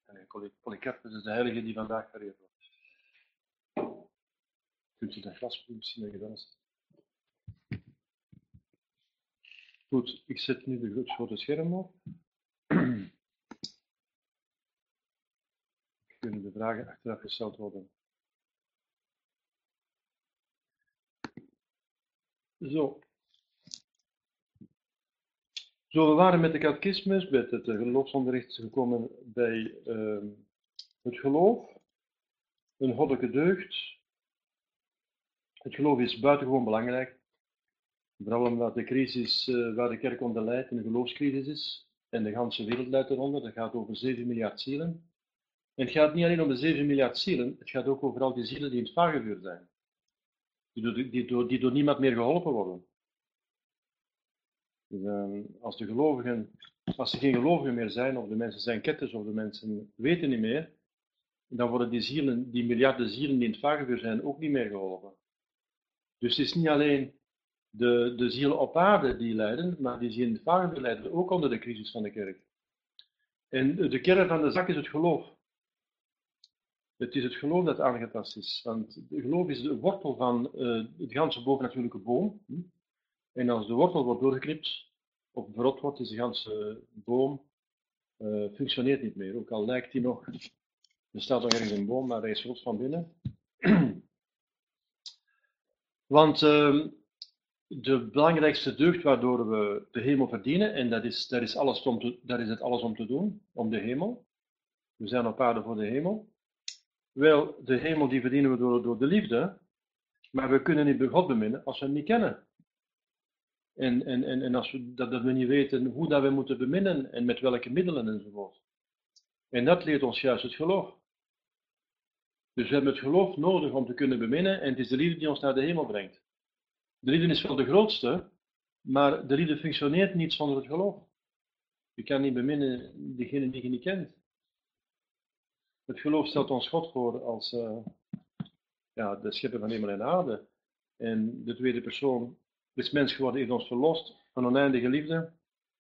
Polycarpus is de heilige die vandaag vereerd wordt. Kunt u dat glasproef zien dat gedaan is? Goed, ik zet nu het grote scherm op. Kunnen de vragen achteraf gesteld worden. Zo, we waren met de catechismus, met het geloofsonderricht gekomen bij het geloof, een goddelijke deugd. Het geloof is buitengewoon belangrijk, vooral omdat de crisis waar de kerk onder lijdt een geloofscrisis is en de hele wereld lijdt eronder. Dat gaat over 7 miljard zielen. En het gaat niet alleen om de 7 miljard zielen, het gaat ook over al die zielen die in het vagevuur zijn, die door niemand meer geholpen worden. Dus, als er geen gelovigen meer zijn, of de mensen zijn ketters, of de mensen weten niet meer, dan worden die zielen, die miljarden zielen die in het vagevuur zijn, ook niet meer geholpen. Dus het is niet alleen de zielen op aarde die lijden, maar die zielen in het vagevuur lijden ook onder de crisis van de kerk. En de kern van de zak is het geloof. Het is het geloof dat aangetast is. Want het geloof is de wortel van het ganse bovennatuurlijke boom. En als de wortel wordt doorgeknipt, of verrot wordt, is de ganse boom functioneert niet meer. Ook al lijkt hij nog, er staat nog ergens een boom, maar hij is rot van binnen. Want de belangrijkste deugd waardoor we de hemel verdienen, en daar is het alles om te doen, om de hemel. We zijn op aarde voor de hemel. Wel, de hemel die verdienen we door de liefde, maar we kunnen niet God beminnen als we hem niet kennen. En als dat we niet weten hoe dat we moeten beminnen en met welke middelen enzovoort. En dat leert ons juist het geloof. Dus we hebben het geloof nodig om te kunnen beminnen en het is de liefde die ons naar de hemel brengt. De liefde is wel de grootste, maar de liefde functioneert niet zonder het geloof. Je kan niet beminnen degene die je niet kent. Het geloof stelt ons God voor als de schepper van hemel en aarde. En de tweede persoon is mens geworden, heeft ons verlost van oneindige liefde.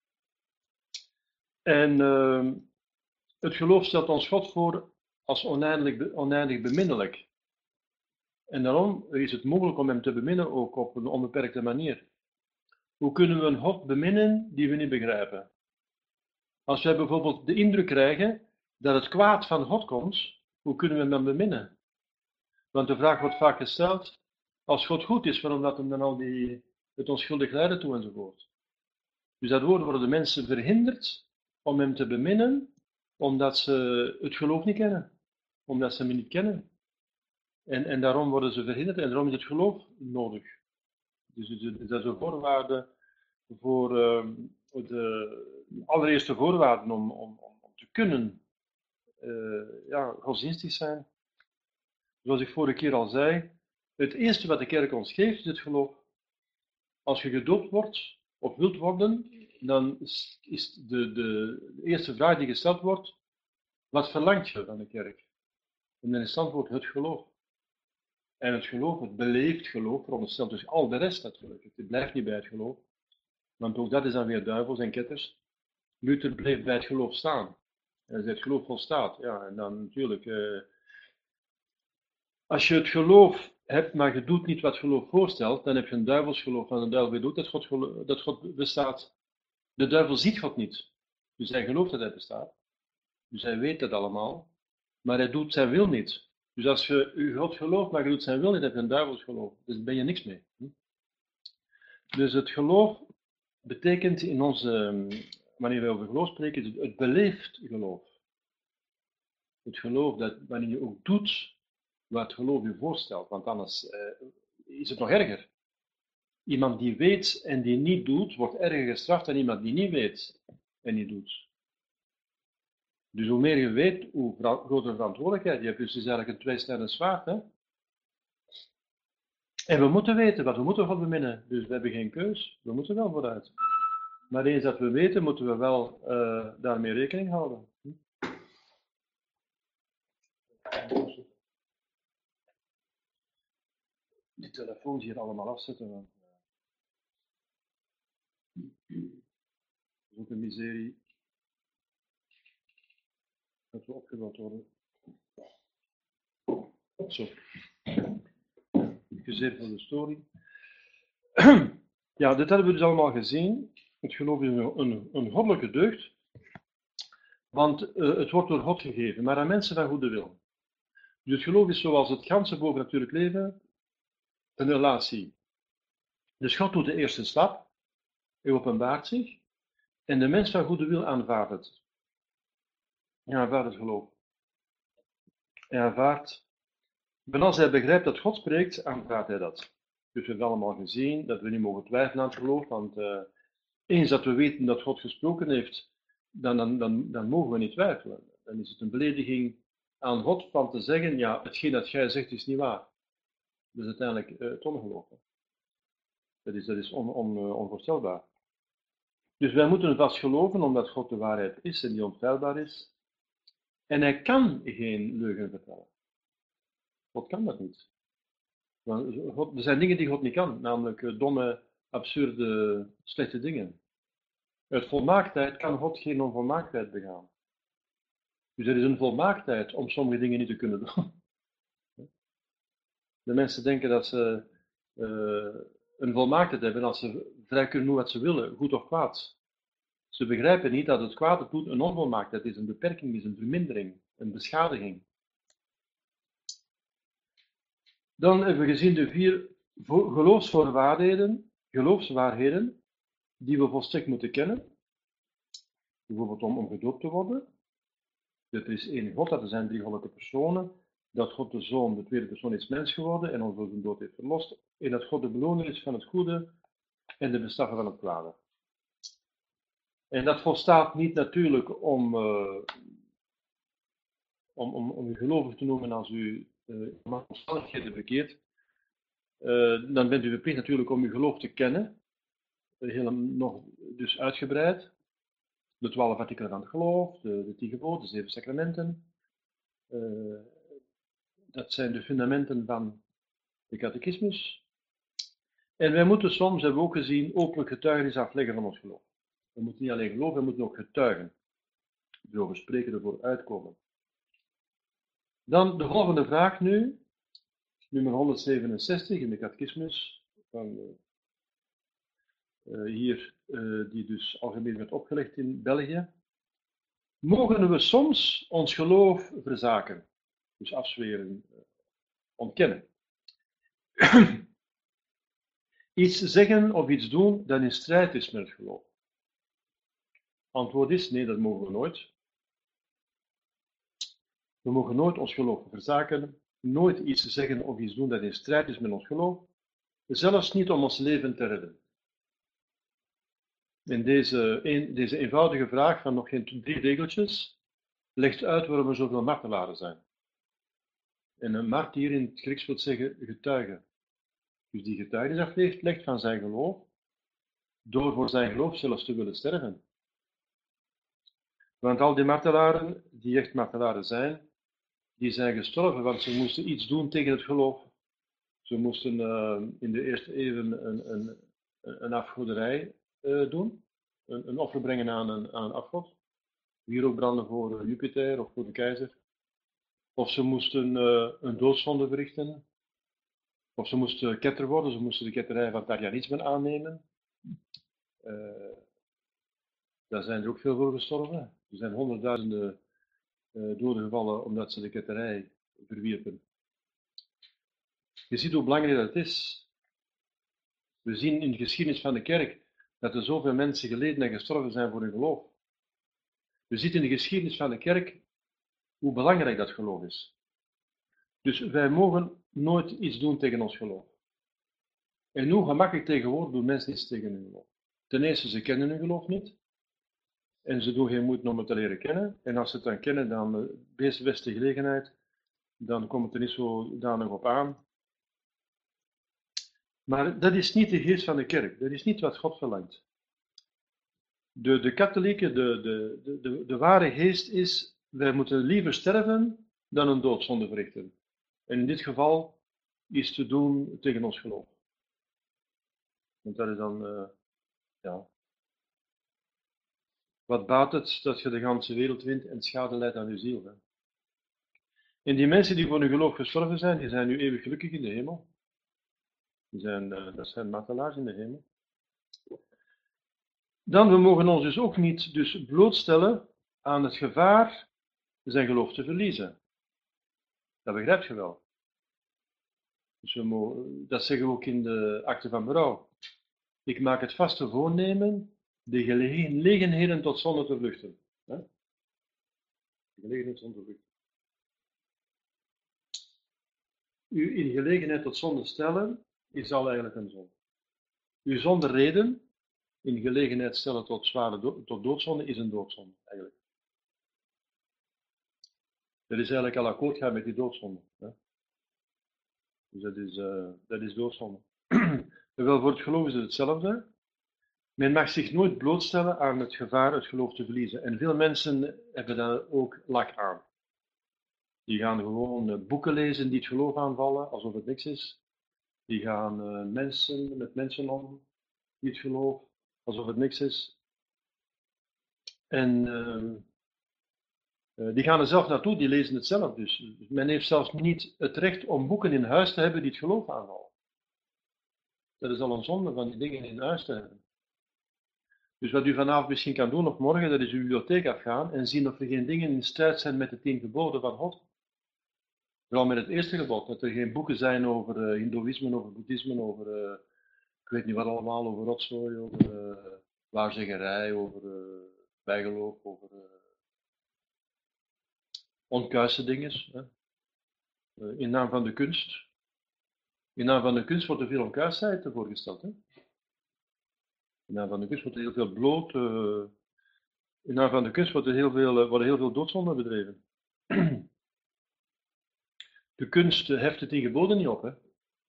En het geloof stelt ons God voor als oneindig beminnelijk. En daarom is het mogelijk om hem te beminnen ook op een onbeperkte manier. Hoe kunnen we een God beminnen die we niet begrijpen? Als wij bijvoorbeeld de indruk krijgen dat het kwaad van God komt, hoe kunnen we hem dan beminnen? Want de vraag wordt vaak gesteld, als God goed is, waarom laat hem dan al het onschuldig lijden toe enzovoort? Dus daardoor worden de mensen verhinderd om hem te beminnen, omdat ze het geloof niet kennen. Omdat ze hem niet kennen. En daarom worden ze verhinderd en daarom is het geloof nodig. Dus dat is een voorwaarde voor de allereerste voorwaarden om te kunnen godsdienstig zijn. Zoals ik vorige keer al zei, het eerste wat de kerk ons geeft is het geloof. Als je gedoopt wordt of wilt worden, dan is de eerste vraag die gesteld wordt, wat verlangt je van de kerk? En dan is het antwoord het geloof. En het geloof, het beleefd geloof, veronderstelt dus al de rest natuurlijk. Het blijft niet bij het geloof, want ook dat is dan weer duivels en ketters. Luther bleef bij het geloof staan. En hij zei het geloof volstaat. Ja, en dan natuurlijk, als je het geloof hebt, maar je doet niet wat geloof voorstelt, dan heb je een duivelsgeloof. Want een duivel doet dat God bestaat. De duivel ziet God niet. Dus hij gelooft dat hij bestaat. Dus hij weet dat allemaal. Maar hij doet zijn wil niet. Dus als je God gelooft, maar je doet zijn wil niet, heb je een duivelsgeloof. Dus daar ben je niks mee. Dus het geloof betekent in onze, wanneer we over geloof spreken, het beleefd geloof. Het geloof dat wanneer je ook doet wat geloof je voorstelt, want anders is het nog erger. Iemand die weet en die niet doet, wordt erger gestraft dan iemand die niet weet en niet doet. Dus hoe meer je weet, hoe grotere verantwoordelijkheid je hebt. Dus het is eigenlijk een tweesnijdend zwaard. Hè? En we moeten weten, want we moeten God beminnen. Dus we hebben geen keus. We moeten wel vooruit. Maar eens dat we weten, moeten we wel daarmee rekening houden. Die telefoons hier allemaal afzetten. Want, dat is ook een miserie. Dat we opgebeld worden. Zo. Excuseer voor de storing. Ja, dit hebben we dus allemaal gezien. Het geloof is een goddelijke deugd. Want het wordt door God gegeven, maar aan mensen van goede wil. Dus het geloof is zoals het ganse bovennatuurlijk leven een relatie. Dus God doet de eerste stap, hij openbaart zich, en de mens van goede wil aanvaardt het. Hij aanvaardt het geloof. Hij aanvaardt, en als hij begrijpt dat God spreekt, aanvaardt hij dat. Dus we hebben allemaal gezien dat we niet mogen twijfelen aan het geloof, want eens dat we weten dat God gesproken heeft, dan mogen we niet twijfelen. Dan is het een belediging aan God van te zeggen, ja, hetgeen dat jij zegt is niet waar. Dat is uiteindelijk het ongeloof. Dat is onvoorstelbaar. Dus wij moeten vast geloven, omdat God de waarheid is en die onfeilbaar is. En hij kan geen leugen vertellen. God kan dat niet. Er zijn dingen die God niet kan, namelijk domme, absurde, slechte dingen. Uit volmaaktheid kan God geen onvolmaaktheid begaan. Dus er is een volmaaktheid om sommige dingen niet te kunnen doen. De mensen denken dat ze een volmaaktheid hebben als ze vrij kunnen doen wat ze willen, goed of kwaad. Ze begrijpen niet dat het kwaad het doet een onvolmaaktheid is, een beperking is, een vermindering, een beschadiging. Dan hebben we gezien de 4 geloofswaarheden, die we volstrekt moeten kennen. Bijvoorbeeld om gedoopt te worden. Dat er is één God, dat er zijn 3 goddelijke personen. Dat God de Zoon, de tweede persoon, is mens geworden en ons door zijn dood heeft verlost. En dat God de beloner is van het goede en de bestraffer van het kwade. En dat volstaat niet natuurlijk om u gelovig te noemen als u omstandigheden verkeert. Dan bent u verplicht natuurlijk om uw geloof te kennen. Nog dus uitgebreid. De 12 artikelen van het geloof, de 10 geboden, de 7 sacramenten. Dat zijn de fundamenten van de catechismus. En wij moeten soms, hebben we ook gezien, openlijk getuigenis afleggen van ons geloof. We moeten niet alleen geloven, we moeten ook getuigen. Erover spreken, ervoor uitkomen. Dan de volgende vraag nu, nummer 167 in de catechismus, van hier, die dus algemeen werd opgelegd in België. Mogen we soms ons geloof verzaken? Dus afzweren, ontkennen. Iets zeggen of iets doen dat in strijd is met het geloof. Antwoord is nee, dat mogen we nooit. We mogen nooit ons geloof verzaken, nooit iets zeggen of iets doen dat in strijd is met ons geloof, zelfs niet om ons leven te redden. En deze eenvoudige vraag van nog geen 3 regeltjes legt uit waarom er zoveel martelaren zijn. En een martyr in het Grieks wil zeggen getuige. Dus die getuigenis aflegt van zijn geloof, door voor zijn geloof zelfs te willen sterven. Want al die martelaren, die echt martelaren zijn, die zijn gestorven, want ze moesten iets doen tegen het geloof. Ze moesten in de eerste eeuwen een afgoderij doen, een offer brengen aan een afgod. Wierook branden voor Jupiter of voor de keizer. Of ze moesten een doodzonde verrichten. Of ze moesten ketter worden, ze moesten de ketterij van het Arianisme aannemen. Daar zijn er ook veel voor gestorven. Er zijn honderdduizenden doden gevallen omdat ze de ketterij verwierpen. Je ziet hoe belangrijk dat is. We zien in de geschiedenis van de kerk dat er zoveel mensen geleden en gestorven zijn voor hun geloof. We zien in de geschiedenis van de kerk hoe belangrijk dat geloof is. Dus wij mogen nooit iets doen tegen ons geloof. En hoe gemakkelijk tegenwoordig doen mensen iets tegen hun geloof. Ten eerste, ze kennen hun geloof niet. En ze doen geen moeite om het te leren kennen. En als ze het dan kennen, dan wees de gelegenheid. Dan komt het er niet zo danig op aan. Maar dat is niet de geest van de kerk. Dat is niet wat God verlangt. De katholieke, de ware geest is, wij moeten liever sterven dan een doodzonde verrichten. En in dit geval iets te doen tegen ons geloof. Want dat is dan, ja. Wat baat het dat je de ganse wereld wint en schade leidt aan je ziel? Hè? En die mensen die voor hun geloof gestorven zijn, die zijn nu eeuwig gelukkig in de hemel. Dat zijn martelaars in de hemel. Dan, we mogen ons dus ook niet blootstellen aan het gevaar zijn geloof te verliezen. Dat begrijp je wel. Dus dat zeggen we ook in de akte van berouw. Ik maak het vaste voornemen de gelegenheden tot zonde te vluchten. De gelegenheid tot zonde te vluchten. U in gelegenheid tot zonde stellen is al eigenlijk een zonde. U zonder reden in gelegenheid stellen tot doodzonde is een doodzonde eigenlijk. Dat is eigenlijk al akkoord gaan met die doodzonde. Hè? Dus dat is doodzonde. Wel, voor het geloof is het hetzelfde. Men mag zich nooit blootstellen aan het gevaar het geloof te verliezen. En veel mensen hebben daar ook lak aan. Die gaan gewoon boeken lezen die het geloof aanvallen, alsof het niks is. Die gaan met mensen om die het geloof, alsof het niks is. En die gaan er zelf naartoe, die lezen het zelf. Dus men heeft zelfs niet het recht om boeken in huis te hebben die het geloof aanvallen. Dat is al een zonde van die dingen in huis te hebben. Dus wat u vanavond misschien kan doen of morgen, dat is uw bibliotheek afgaan en zien of er geen dingen in strijd zijn met de 10 geboden van God. Vooral met het eerste gebod, dat er geen boeken zijn over hindoeïsme, over boeddhisme, over, ik weet niet wat allemaal, over rotzooi, over waarzeggerij, over bijgeloof, over onkuise dingen. In naam van de kunst. In naam van de kunst wordt er veel onkuisheid voorgesteld. Hè? In naam van de kunst wordt er heel veel bloot. In naam van de kunst worden heel veel doodzonden bedreven. De kunst heft het in geboden niet op. Hè?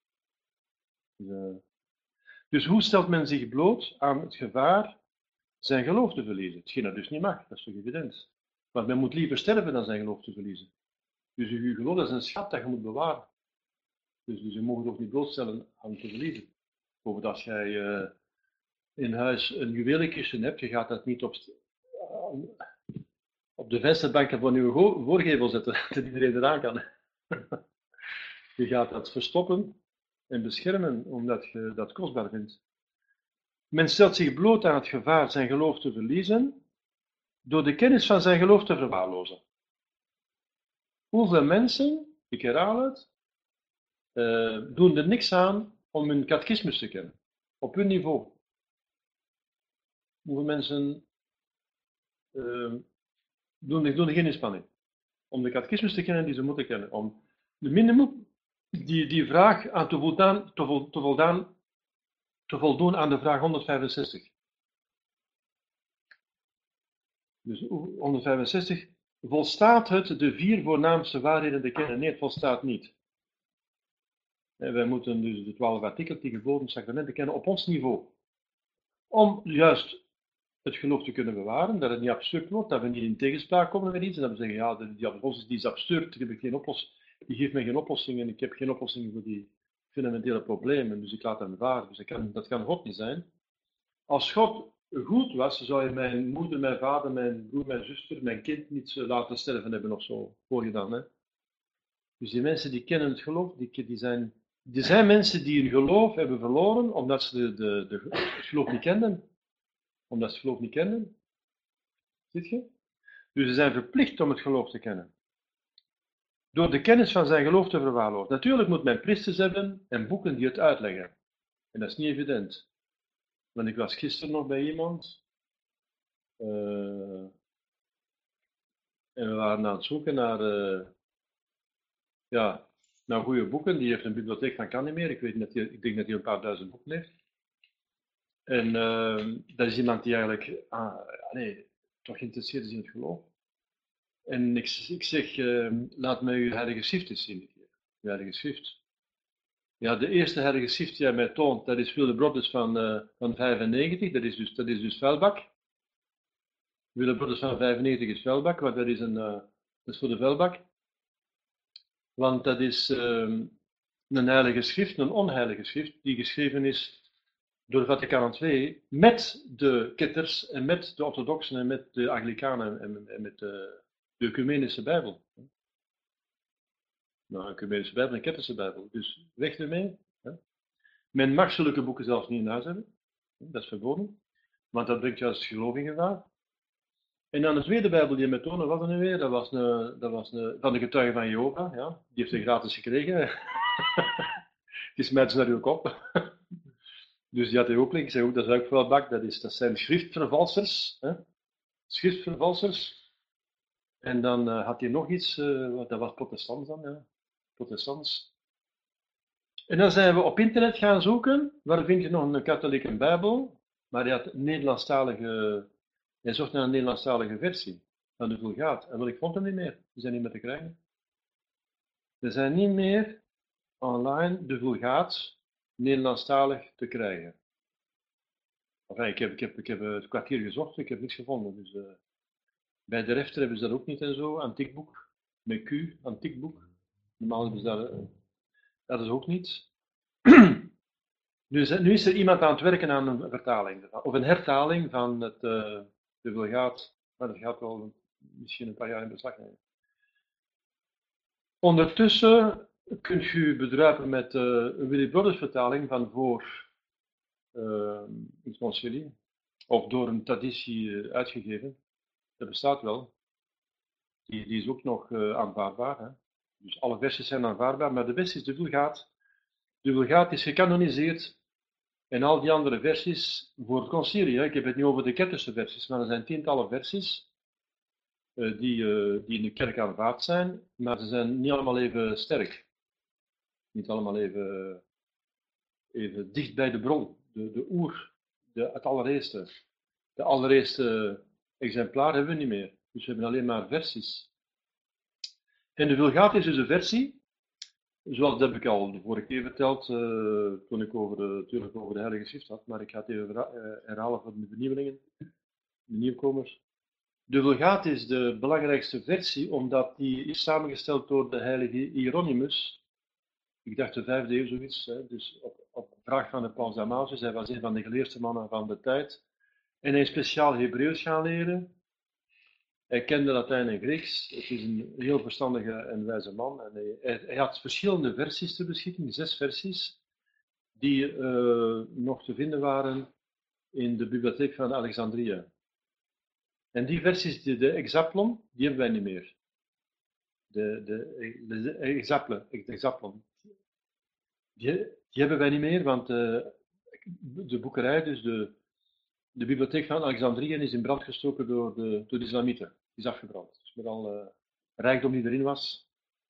Dus hoe stelt men zich bloot aan het gevaar zijn geloof te verliezen? Hetgeen dat dus niet mag, dat is toch evident. Want men moet liever sterven dan zijn geloof te verliezen. Dus je geloof dat is een schat dat je moet bewaren. Dus je mag het ook niet blootstellen aan te verliezen. Bijvoorbeeld als jij in huis een juwelenkistje hebt, je gaat dat niet op de vensterbanken van je voorgevel zetten, dat iedereen eraan kan. Je gaat dat verstoppen en beschermen, omdat je dat kostbaar vindt. Men stelt zich bloot aan het gevaar zijn geloof te verliezen, door de kennis van zijn geloof te verwaarlozen. Hoeveel mensen, ik herhaal het, doen er niks aan om hun catechismus te kennen, op hun niveau. Hoeveel mensen doen er geen inspanning om de catechismus te kennen die ze moeten kennen, om de minimum die vraag aan te voldoen aan de vraag 165. Dus 165, volstaat het de 4 voornaamste waarheden te kennen? Nee, het volstaat niet. Wij moeten dus de 12 artikelen, 10 geboden, sacramenten kennen op ons niveau. Om juist het geloof te kunnen bewaren, dat het niet absurd wordt, dat we niet in tegenspraak komen met iets, en dat we zeggen, ja, die is absurd, die geeft mij geen oplossing, en ik heb geen oplossing voor die fundamentele problemen, dus ik laat hem varen. Dus dat kan God niet zijn. Als God goed was, zou je mijn moeder, mijn vader, mijn broer, mijn zuster, mijn kind niet laten sterven hebben of zo, voorgedaan. Hè? Dus die mensen die kennen het geloof, die zijn mensen die hun geloof hebben verloren, omdat ze het geloof niet kenden. Omdat ze het geloof niet kenden. Ziet je? Dus ze zijn verplicht om het geloof te kennen. Door de kennis van zijn geloof te verwaarlozen. Natuurlijk moet men priesters hebben en boeken die het uitleggen. En dat is niet evident. Want ik was gisteren nog bij iemand. En we waren aan het zoeken naar goede boeken. Die heeft een bibliotheek van Cannemeer. Ik denk dat hij een paar duizend boeken heeft. En dat is iemand die eigenlijk toch geïnteresseerd is in het geloof. En ik zeg, laat mij uw heilige schrift eens zien. Uw heilige schrift. Ja, de eerste heilige schrift die hij mij toont, dat is Wildebrordus van 95, dat is dus vuilbak. Wildebrordus van 95 is vuilbak, want dat is voor de vuilbak. Want dat is een heilige schrift, een onheilige schrift, die geschreven is door Vaticaan II met de ketters en met de orthodoxen en met de anglikanen en met de ecumenische Bijbel. Nou, een ecumenische Bijbel en een ketterse Bijbel. Dus weg ermee. Hè. Men mag zulke boeken zelfs niet in huis hebben. Dat is verboden. Want dat brengt juist geloof in gevaar. En dan de tweede Bijbel die me toonde, wat er nu weer? Dat was van de getuigen van Jehovah. Ja. Die heeft hij gratis gekregen. Die smijt ze naar uw kop. Dus die had hij ook liggen. Ik zei ook, dat is ook wel bak. Dat zijn schriftvervalsers. Hè? Schriftvervalsers. En dan had hij nog iets, dat was protestants dan. Ja. Protestants. En dan zijn we op internet gaan zoeken. Waar vind je nog een katholieke Bijbel? Maar hij had hij zocht naar een Nederlandstalige versie van de Vulgaat. En ik vond hem niet meer. Die zijn niet meer te krijgen. Er zijn niet meer online de Vulgaat Nederlandstalig te krijgen. Enfin, ik heb het kwartier gezocht, ik heb niets gevonden. Dus, bij de refter hebben ze dat ook niet en zo. Antiekboek, met Q, antiekboek. Normaal hebben ze dat is ook niet. Dus nu is er iemand aan het werken aan een vertaling, of een hertaling van de Vulgaat, maar dat gaat wel misschien een paar jaar in beslag nemen. Ondertussen kunt u bedruipen met een Willy Brothers vertaling van voor het concilie, of door een traditie uitgegeven. Dat bestaat wel. Die is ook nog aanvaardbaar. Hè? Dus alle versies zijn aanvaardbaar, maar de beste is de Vulgaat. De Vulgaat is gecanoniseerd en al die andere versies voor het concilie. Hè? Ik heb het niet over de ketterse versies, maar er zijn tientallen versies die in de kerk aanvaard zijn, maar ze zijn niet allemaal even sterk. Niet allemaal even dicht bij de bron, de oer, het allereerste. De allereerste exemplaar hebben we niet meer. Dus we hebben alleen maar versies. En de Vulgaat is dus een versie, zoals dat heb ik al de vorige keer verteld, toen ik natuurlijk over de Heilige Schrift had, maar ik ga het even herhalen voor de vernieuwelingen, de nieuwkomers. De Vulgaat is de belangrijkste versie, omdat die is samengesteld door de heilige Hieronymus. Ik dacht de 5e eeuw zoiets, hè, dus op vraag van de Paus Damasus. Hij was een van de geleerdste mannen van de tijd. En hij is speciaal Hebreeuws gaan leren. Hij kende Latijn en Grieks. Het is een heel verstandige en wijze man. En hij had verschillende versies ter beschikking, 6 versies, die nog te vinden waren in de bibliotheek van Alexandrië. En die versies, de Exaplon, die hebben wij niet meer. De Exaplon. Die hebben wij niet meer, want de boekerij, dus de bibliotheek van Alexandrië, is in brand gestoken door de islamieten. Die is afgebrand. Dus met al rijkdom die erin was.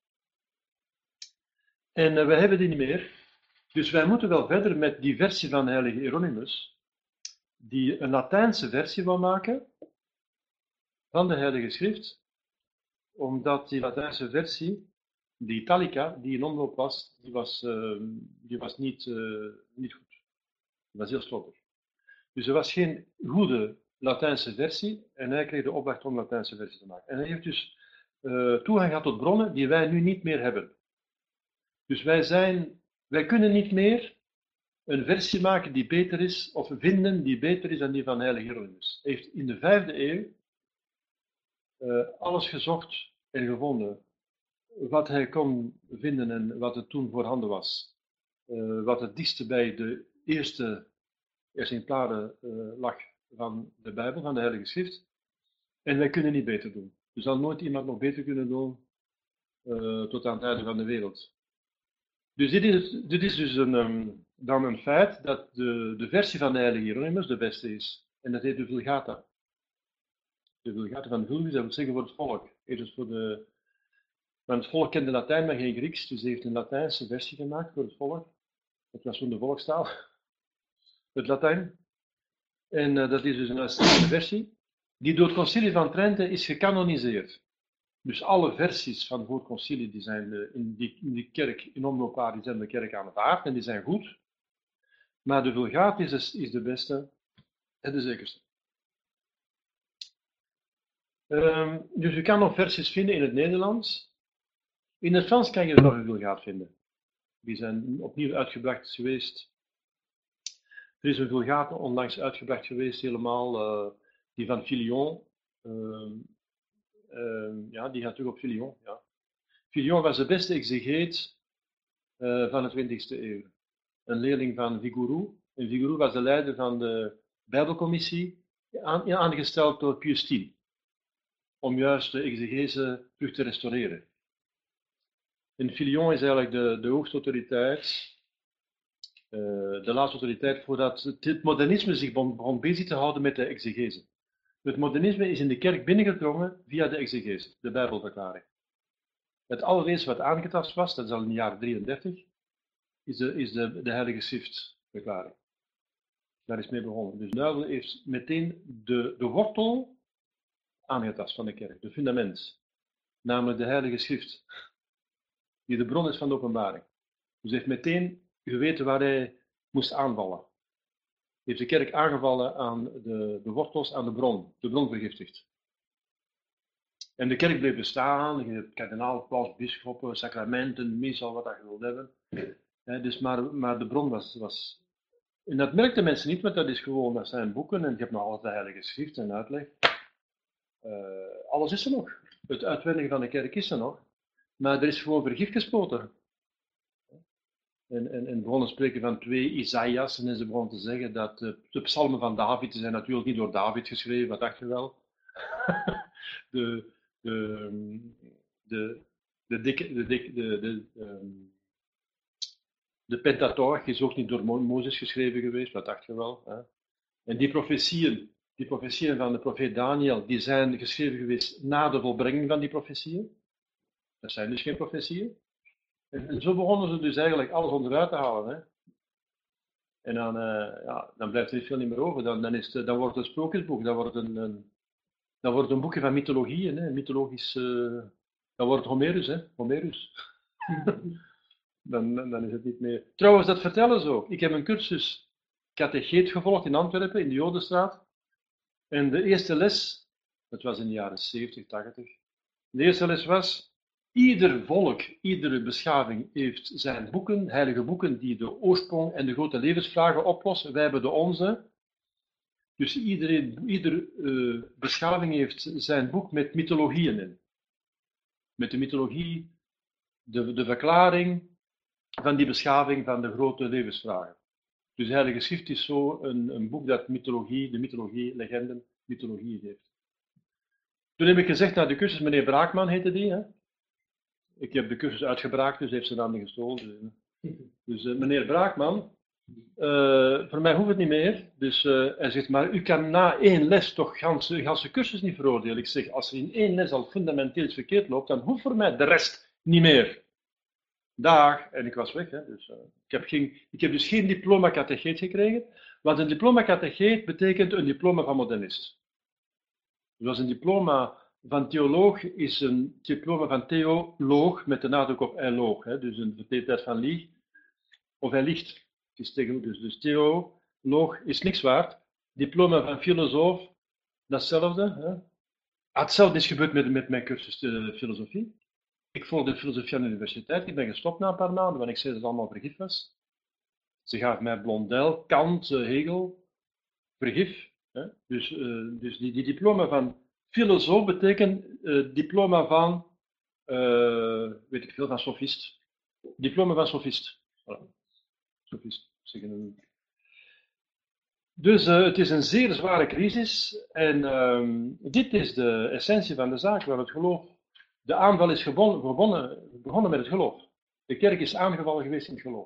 En wij hebben die niet meer. Dus wij moeten wel verder met die versie van de heilige Hieronymus, die een Latijnse versie wil maken van de Heilige Schrift, omdat die Latijnse versie, die Italica, die in omloop was, die was niet goed. Die was heel slordig. Dus er was geen goede Latijnse versie en hij kreeg de opdracht om een Latijnse versie te maken. En hij heeft dus toegang gehad tot bronnen die wij nu niet meer hebben. Dus wij kunnen niet meer een versie maken die beter is, of vinden die beter is dan die van heilige Hieronymus. Hij heeft in de 5e eeuw alles gezocht en gevonden wat hij kon vinden en wat er toen voorhanden was. Wat het dichtste bij de eerste exemplaren lag van de Bijbel, van de Heilige Schrift. En wij kunnen niet beter doen. Er zal nooit iemand nog beter kunnen doen tot aan het einde van de wereld. Dus dit is dus dan een feit dat de versie van de Heilige Hieronymus de beste is. En dat heet de Vulgata. De Vulgata van Vulgus, dat wil zeggen voor het volk. Dus want het volk kende Latijn, maar geen Grieks, dus hij heeft een Latijnse versie gemaakt voor het volk. Dat was toen de volkstaal, het Latijn. En dat is dus een uitstekende versie, die door het concilie van Trente is gecanoniseerd. Dus alle versies van voor het concilie die zijn in die kerk, in omloop die zijn de kerk aanvaard en die zijn goed. Maar de Vulgaat is de beste en de zekerste. Dus je kan nog versies vinden in het Nederlands. In het Frans kan je nog een Vulgaat vinden. Die zijn opnieuw uitgebracht geweest Er is een Vulgate onlangs uitgebracht geweest, helemaal, die van Filion. Ja, die gaat terug op Filion. Ja. Filion was de beste exegeet van de 20e eeuw. Een leerling van Vigouroux. En Vigouroux was de leider van de Bijbelcommissie, aangesteld door Pius X, om juist de exegese terug te restaureren. En Filion is eigenlijk de hoogste autoriteit, de laatste autoriteit, voordat het modernisme zich begon bezig te houden met de exegese. Het modernisme is in de kerk binnengedrongen via de exegese, de Bijbelverklaring. Het allereerste wat aangetast was, dat is al in de jaren 33, is de Heilige Schriftverklaring. Daar is mee begonnen. Dus Nuivel heeft meteen de wortel aangetast van de kerk, de fundament. Namelijk de Heilige Schrift, die de bron is van de openbaring. Dus hij heeft meteen geweten waar hij moest aanvallen. Hij heeft de kerk aangevallen aan de wortels, aan de bron vergiftigd. En de kerk bleef bestaan, je hebt kardinaal, paus, bisschoppen, sacramenten, meestal wat je wilt hebben. Dus maar de bron was... En dat merkten mensen niet, want dat is gewoon, dat zijn boeken en je hebt nog altijd de Heilige Schrift en uitleg. Alles is er nog. Het uitwendigen van de kerk is er nog. Maar er is gewoon vergif gespoten. En begonnen te spreken van 2 Isaïas en ze begonnen te zeggen dat de psalmen van David, die zijn natuurlijk niet door David geschreven, wat dacht je wel? De Pentateuch is ook niet door Mozes geschreven geweest, wat dacht je wel? Hè? En die profetieën van de profeet Daniel, die zijn geschreven geweest na de volbrenging van die profetieën. Dat zijn dus geen profetieën. En zo begonnen ze dus eigenlijk alles onderuit te halen. Hè? En dan blijft er niet veel meer over. Dan wordt het een sprookjesboek, dan wordt het een boekje van mythologieën. Hè? Mythologisch, dan wordt het Homerus. Hè? Homerus. Dan is het niet meer. Trouwens, dat vertellen ze ook. Ik heb een cursus catecheet gevolgd in Antwerpen, in de Jodenstraat. En de eerste les, dat was in de jaren 70, 80. De eerste les was: ieder volk, iedere beschaving heeft zijn boeken, heilige boeken, die de oorsprong en de grote levensvragen oplossen. Wij hebben de onze. Dus iedere beschaving heeft zijn boek met mythologieën in. Met de mythologie, de verklaring van die beschaving van de grote levensvragen. Dus de Heilige Schrift is zo een boek dat de mythologie, legenden, mythologie heeft. Toen heb ik gezegd naar de cursus, meneer Braakman heette die. Hè? Ik heb de cursus uitgebraakt, dus heeft ze dan niet gestolen. Dus meneer Braakman, voor mij hoeft het niet meer. Dus hij zegt, maar u kan na 1 les toch ganse cursus niet veroordelen. Ik zeg, als er in 1 les al fundamenteel iets verkeerd loopt, dan hoeft voor mij de rest niet meer. Dag, en ik was weg. Hè, dus, ik heb dus geen diploma catecheet gekregen, want een diploma catecheet betekent een diploma van modernist. Dus een diploma van theoloog is een diploma van theoloog met de nadruk op loog, hè, dus een verteertijd van lieg, of hij liegt. Het is tegenwoordig dus theoloog is niks waard. Diploma van filosoof, datzelfde. Hè. Hetzelfde is gebeurd met mijn cursus de filosofie. Ik volgde filosofie aan de universiteit. Ik ben gestopt na een paar maanden, want ik zei dat het allemaal vergif was. Ze gaven mij Blondel, Kant, Hegel, vergif. Hè? Dus die diploma van filosoof betekent diploma van, weet ik veel, van sofist. Diploma van sofist. Voilà. Sofist, zeggen we. Dus het is een zeer zware crisis en dit is de essentie van de zaak, waar het geloof. De aanval is begonnen met het geloof. De kerk is aangevallen geweest in het geloof.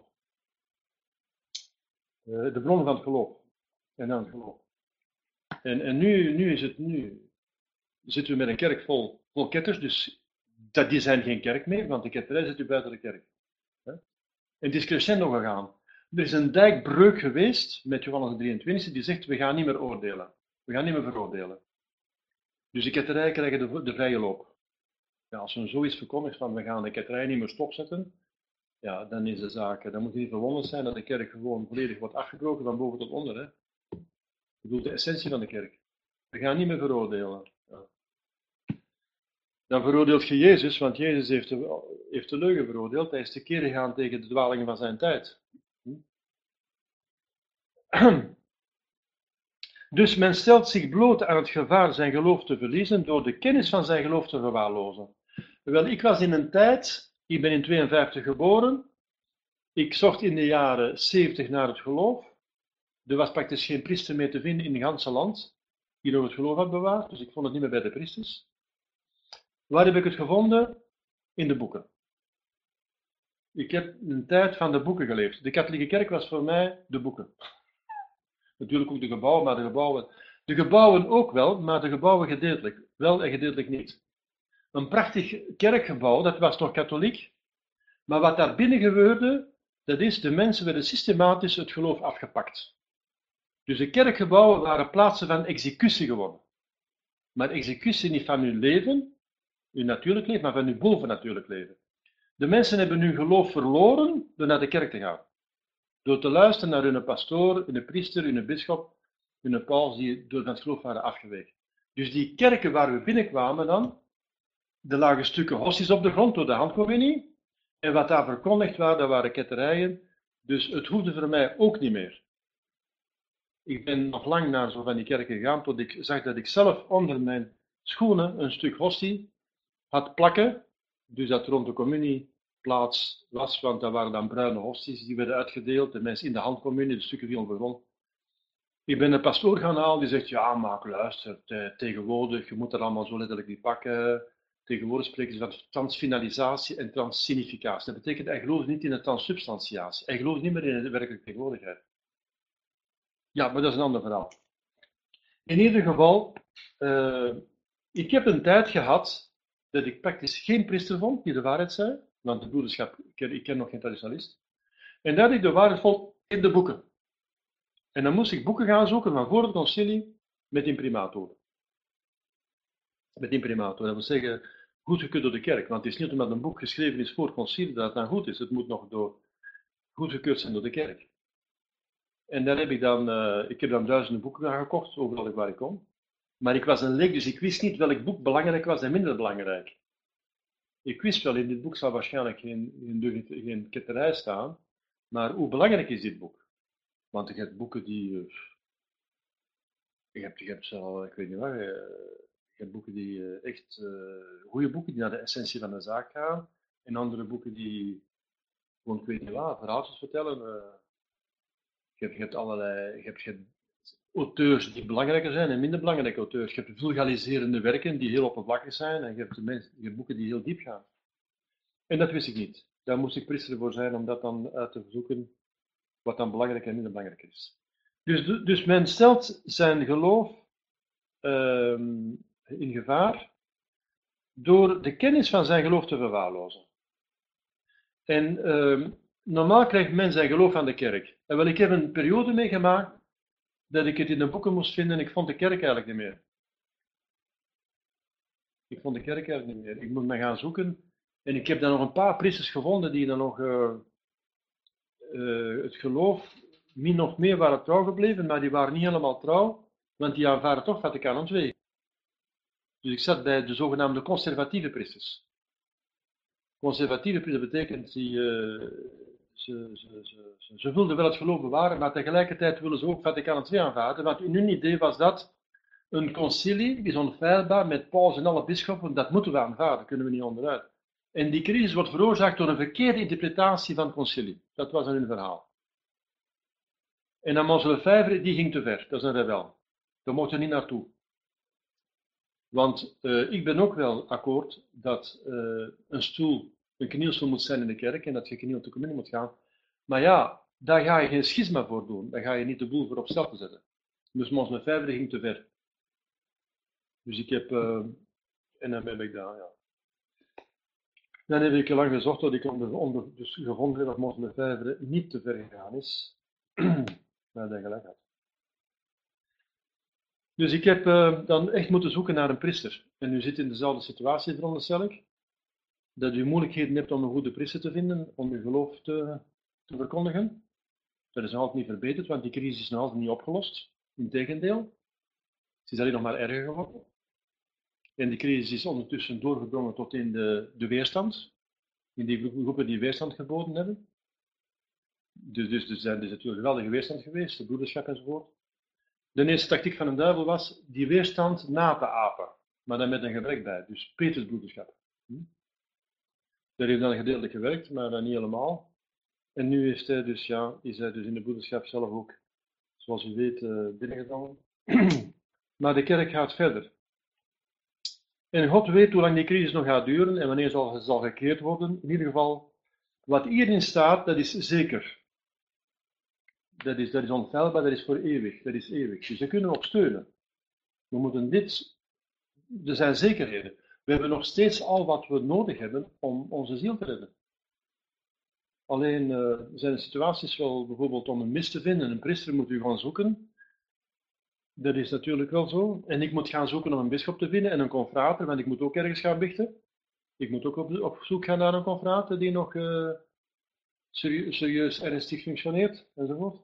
De bron van het geloof. En dan het geloof. En nu zitten we met een kerk vol ketters, dus die zijn geen kerk meer, want de ketterij zit u buiten de kerk. En het is crescendo gegaan. Er is een dijkbreuk geweest met Johannes de 23e die zegt, we gaan niet meer oordelen. We gaan niet meer veroordelen. Dus de ketterij krijgen de vrije loop. Ja, als er zoiets verkondigt van we gaan de ketterij niet meer stopzetten, ja, dan is de zaak, dan moet je niet verwonderd zijn dat de kerk gewoon volledig wordt afgebroken van boven tot onder. Hè. Ik bedoel, de essentie van de kerk. We gaan niet meer veroordelen. Ja. Dan veroordeelt je Jezus, want Jezus heeft de leugen veroordeeld. Hij is tekeer gegaan tegen de dwalingen van zijn tijd. Dus men stelt zich bloot aan het gevaar zijn geloof te verliezen door de kennis van zijn geloof te verwaarlozen. Wel, ik was in een tijd, ik ben in 52 geboren, ik zocht in de jaren 70 naar het geloof. Er was praktisch geen priester meer te vinden in het ganse land die nog het geloof had bewaard, dus ik vond het niet meer bij de priesters. Waar heb ik het gevonden? In de boeken. Ik heb een tijd van de boeken geleefd. De katholieke kerk was voor mij de boeken. Natuurlijk ook de gebouwen, maar de gebouwen ook wel, maar de gebouwen gedeeltelijk. Wel en gedeeltelijk niet. Een prachtig kerkgebouw, dat was nog katholiek, maar wat daar binnen gebeurde, dat is, de mensen werden systematisch het geloof afgepakt. Dus de kerkgebouwen waren plaatsen van executie geworden. Maar executie niet van hun leven, hun natuurlijk leven, maar van hun bovennatuurlijk leven. De mensen hebben hun geloof verloren door naar de kerk te gaan. Door te luisteren naar hun pastoor, hun priester, hun bisschop, hun paus die door het geloof waren afgeweken. Dus die kerken waar we binnenkwamen dan, er lagen stukken hosties op de grond door de handcommunie. En wat daar verkondigd was, dat waren ketterijen. Dus het hoefde voor mij ook niet meer. Ik ben nog lang naar zo van die kerken gegaan, tot ik zag dat ik zelf onder mijn schoenen een stuk hostie had plakken. Dus dat rond de communieplaats was, want dat waren dan bruine hosties, die werden uitgedeeld. De mensen in de handcommunie, de stukken vielen op de grond. Ik ben een pastoor gaan halen, die zegt, ja, maar luister, tegenwoordig, je moet dat allemaal zo letterlijk niet pakken. Tegenwoordig spreken ze van transfinalisatie en transsignificatie. Dat betekent, hij gelooft niet in de transsubstantiatie. Hij gelooft niet meer in de werkelijke tegenwoordigheid. Ja, maar dat is een ander verhaal. In ieder geval, ik heb een tijd gehad dat ik praktisch geen priester vond die de waarheid zei, want de broederschap, ik ken nog geen traditionalist. En dat ik de waarheid vond in de boeken. En dan moest ik boeken gaan zoeken van voor het concilie met imprimator. Met imprimator, dat wil zeggen goedgekeurd door de kerk. Want het is niet omdat een boek geschreven is voor het concilie dat het dan goed is. Het moet nog goedgekeurd zijn door de kerk. En dan heb ik heb dan duizenden boeken gekocht, overal waar ik kon. Maar ik was een leek, dus ik wist niet welk boek belangrijk was en minder belangrijk. Ik wist wel, in dit boek zal waarschijnlijk geen ketterij staan, maar hoe belangrijk is dit boek? Want je hebt boeken die, je hebt zo, ik weet niet waar, je hebt boeken die echt, goede boeken die naar de essentie van de zaak gaan, en andere boeken die gewoon, ik weet niet waar, verhaaltjes vertellen. Je hebt allerlei, je hebt auteurs die belangrijker zijn en minder belangrijke auteurs. Je hebt vulgariserende werken die heel oppervlakkig zijn en je hebt boeken die heel diep gaan. En dat wist ik niet. Daar moest ik priester voor zijn om dat dan uit te zoeken, wat dan belangrijk en minder belangrijk is. Dus men stelt zijn geloof in gevaar door de kennis van zijn geloof te verwaarlozen. En normaal krijgt men zijn geloof aan de kerk. En wel, ik heb een periode meegemaakt dat ik het in de boeken moest vinden en ik vond de kerk eigenlijk niet meer. Ik vond de kerk eigenlijk niet meer. Ik moet me gaan zoeken. En ik heb dan nog een paar priesters gevonden die dan nog het geloof min of meer waren trouw gebleven, maar die waren niet helemaal trouw, want die aanvaarden toch Vaticaan II. Dus ik zat bij de zogenaamde conservatieve priesters. Conservatieve priesters betekent, ze wilden wel het geloof bewaren, maar tegelijkertijd willen ze ook Vaticaan II aanvaarden, want in hun idee was dat een concilie is onfeilbaar met paus en alle bisschoppen, dat moeten we aanvaarden, kunnen we niet onderuit. En die crisis wordt veroorzaakt door een verkeerde interpretatie van het concilie. Dat was hun verhaal. En dan Mons Lefebvre, die ging te ver, dat is een rebel. Daar mochten we niet naartoe. Want ik ben ook wel akkoord dat een knielstoel moet zijn in de kerk en dat je kniel op de communie moet gaan. Maar ja, daar ga je geen schisma voor doen. Daar ga je niet de boel voor op stel te zetten. Dus Mons Lefebvre ging te ver. Dus ik heb, en dan ben ik daar, ja. Dan heb ik lang gezocht dat ik dus gevonden heb dat Mons Lefebvre niet te ver gegaan is. Maar dat gelijk had. Dus ik heb dan echt moeten zoeken naar een priester. En u zit in dezelfde situatie, veronderstel ik. Dat u moeilijkheden hebt om een goede priester te vinden, om uw geloof te verkondigen. Dat is nog altijd niet verbeterd, want die crisis is nog altijd niet opgelost. Integendeel. Het is alleen nog maar erger geworden. En die crisis is ondertussen doorgedrongen tot in de weerstand. In die groepen die weerstand geboden hebben. Dus er is natuurlijk geweldige weerstand geweest, de broederschap enzovoort. De eerste tactiek van een duivel was die weerstand na te apen, maar dan met een gebrek bij. Dus Peters broederschap. Dat heeft dan gedeeltelijk gewerkt, maar dan niet helemaal. En nu is hij dus in de broederschap zelf ook, zoals u weet, binnengedrongen. Maar de kerk gaat verder. En God weet hoe lang die crisis nog gaat duren en wanneer zal gekeerd worden. In ieder geval, wat hierin staat, dat is zeker. Dat is onfeilbaar, dat is voor eeuwig. Dat is eeuwig. Dus daar kunnen we op steunen. We moeten er zijn zekerheden. We hebben nog steeds al wat we nodig hebben om onze ziel te redden. Alleen zijn er situaties wel, bijvoorbeeld om een mis te vinden, een priester moet u gaan zoeken. Dat is natuurlijk wel zo. En ik moet gaan zoeken om een bisschop te vinden en een confrater, want ik moet ook ergens gaan bichten. Ik moet ook op zoek gaan naar een confrater die nog serieus ernstig functioneert, enzovoort.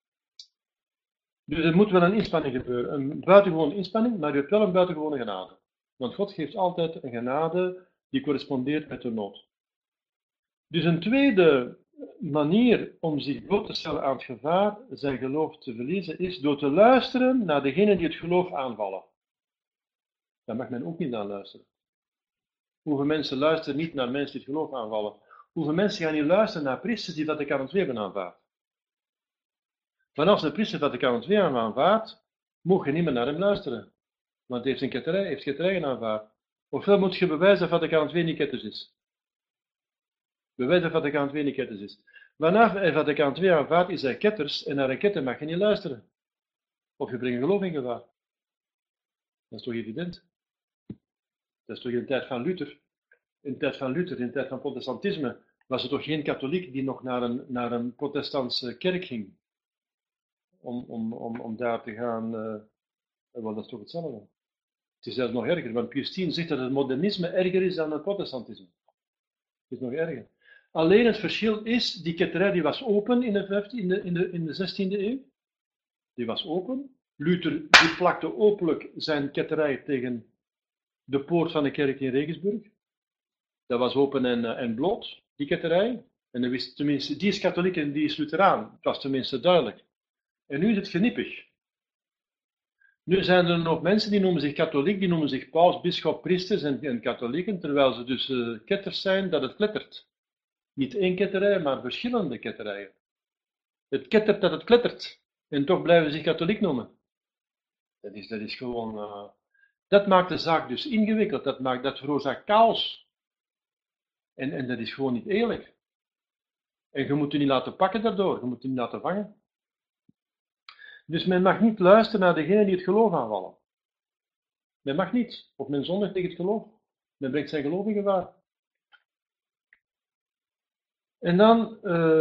Dus er moet wel een inspanning gebeuren. Een buitengewone inspanning, maar u hebt wel een buitengewone genade. Want God geeft altijd een genade die correspondeert met de nood. Dus een tweede manier om zich bloot te stellen aan het gevaar zijn geloof te verliezen is door te luisteren naar degenen die het geloof aanvallen. Daar mag men ook niet naar luisteren. Hoeveel mensen luisteren niet naar mensen die het geloof aanvallen? Hoeveel mensen gaan niet luisteren naar priesters die Vaticaan II hebben aanvaard? Maar als een priester Vaticaan II aanvaardt, mag je niet meer naar hem luisteren. Want hij heeft ketterijen aanvaard. Ofwel moet je bewijzen dat Vaticaan II niet ketters is. Bewijs dat Vaticaan II niet ketters is. Wanneer hij Vaticaan II aanvaardt, is hij ketters en naar een ketter mag je niet luisteren. Of je brengt geloof in gevaar. Dat is toch evident? Dat is toch in de tijd van Luther. In de tijd van protestantisme, was er toch geen katholiek die nog naar een protestantse kerk ging. Om daar te gaan, wel, dat is toch hetzelfde. Het is zelfs nog erger, want Pius X zegt dat het modernisme erger is dan het protestantisme. Het is nog erger. Alleen het verschil is, die ketterij die was open in de 16e eeuw. Die was open. Luther die plakte openlijk zijn ketterij tegen de poort van de kerk in Regensburg. Dat was open en bloot, die ketterij. En dan wist tenminste, die is katholiek en die is Lutheraan. Het was tenminste duidelijk. En nu is het genippig. Nu zijn er nog mensen die noemen zich katholiek, die noemen zich paus, bisschop, priesters en katholieken, terwijl ze dus ketters zijn dat het klettert. Niet één ketterij, maar verschillende ketterijen. Het kettert dat het klettert. En toch blijven ze zich katholiek noemen. Dat is gewoon... dat maakt de zaak dus ingewikkeld. Dat veroorzaakt chaos. En dat is gewoon niet eerlijk. En je moet je niet laten pakken daardoor. Je moet je niet laten vangen. Dus men mag niet luisteren naar degenen die het geloof aanvallen. Men mag niet. Of men zondigt tegen het geloof. Men brengt zijn geloof in gevaar. En dan...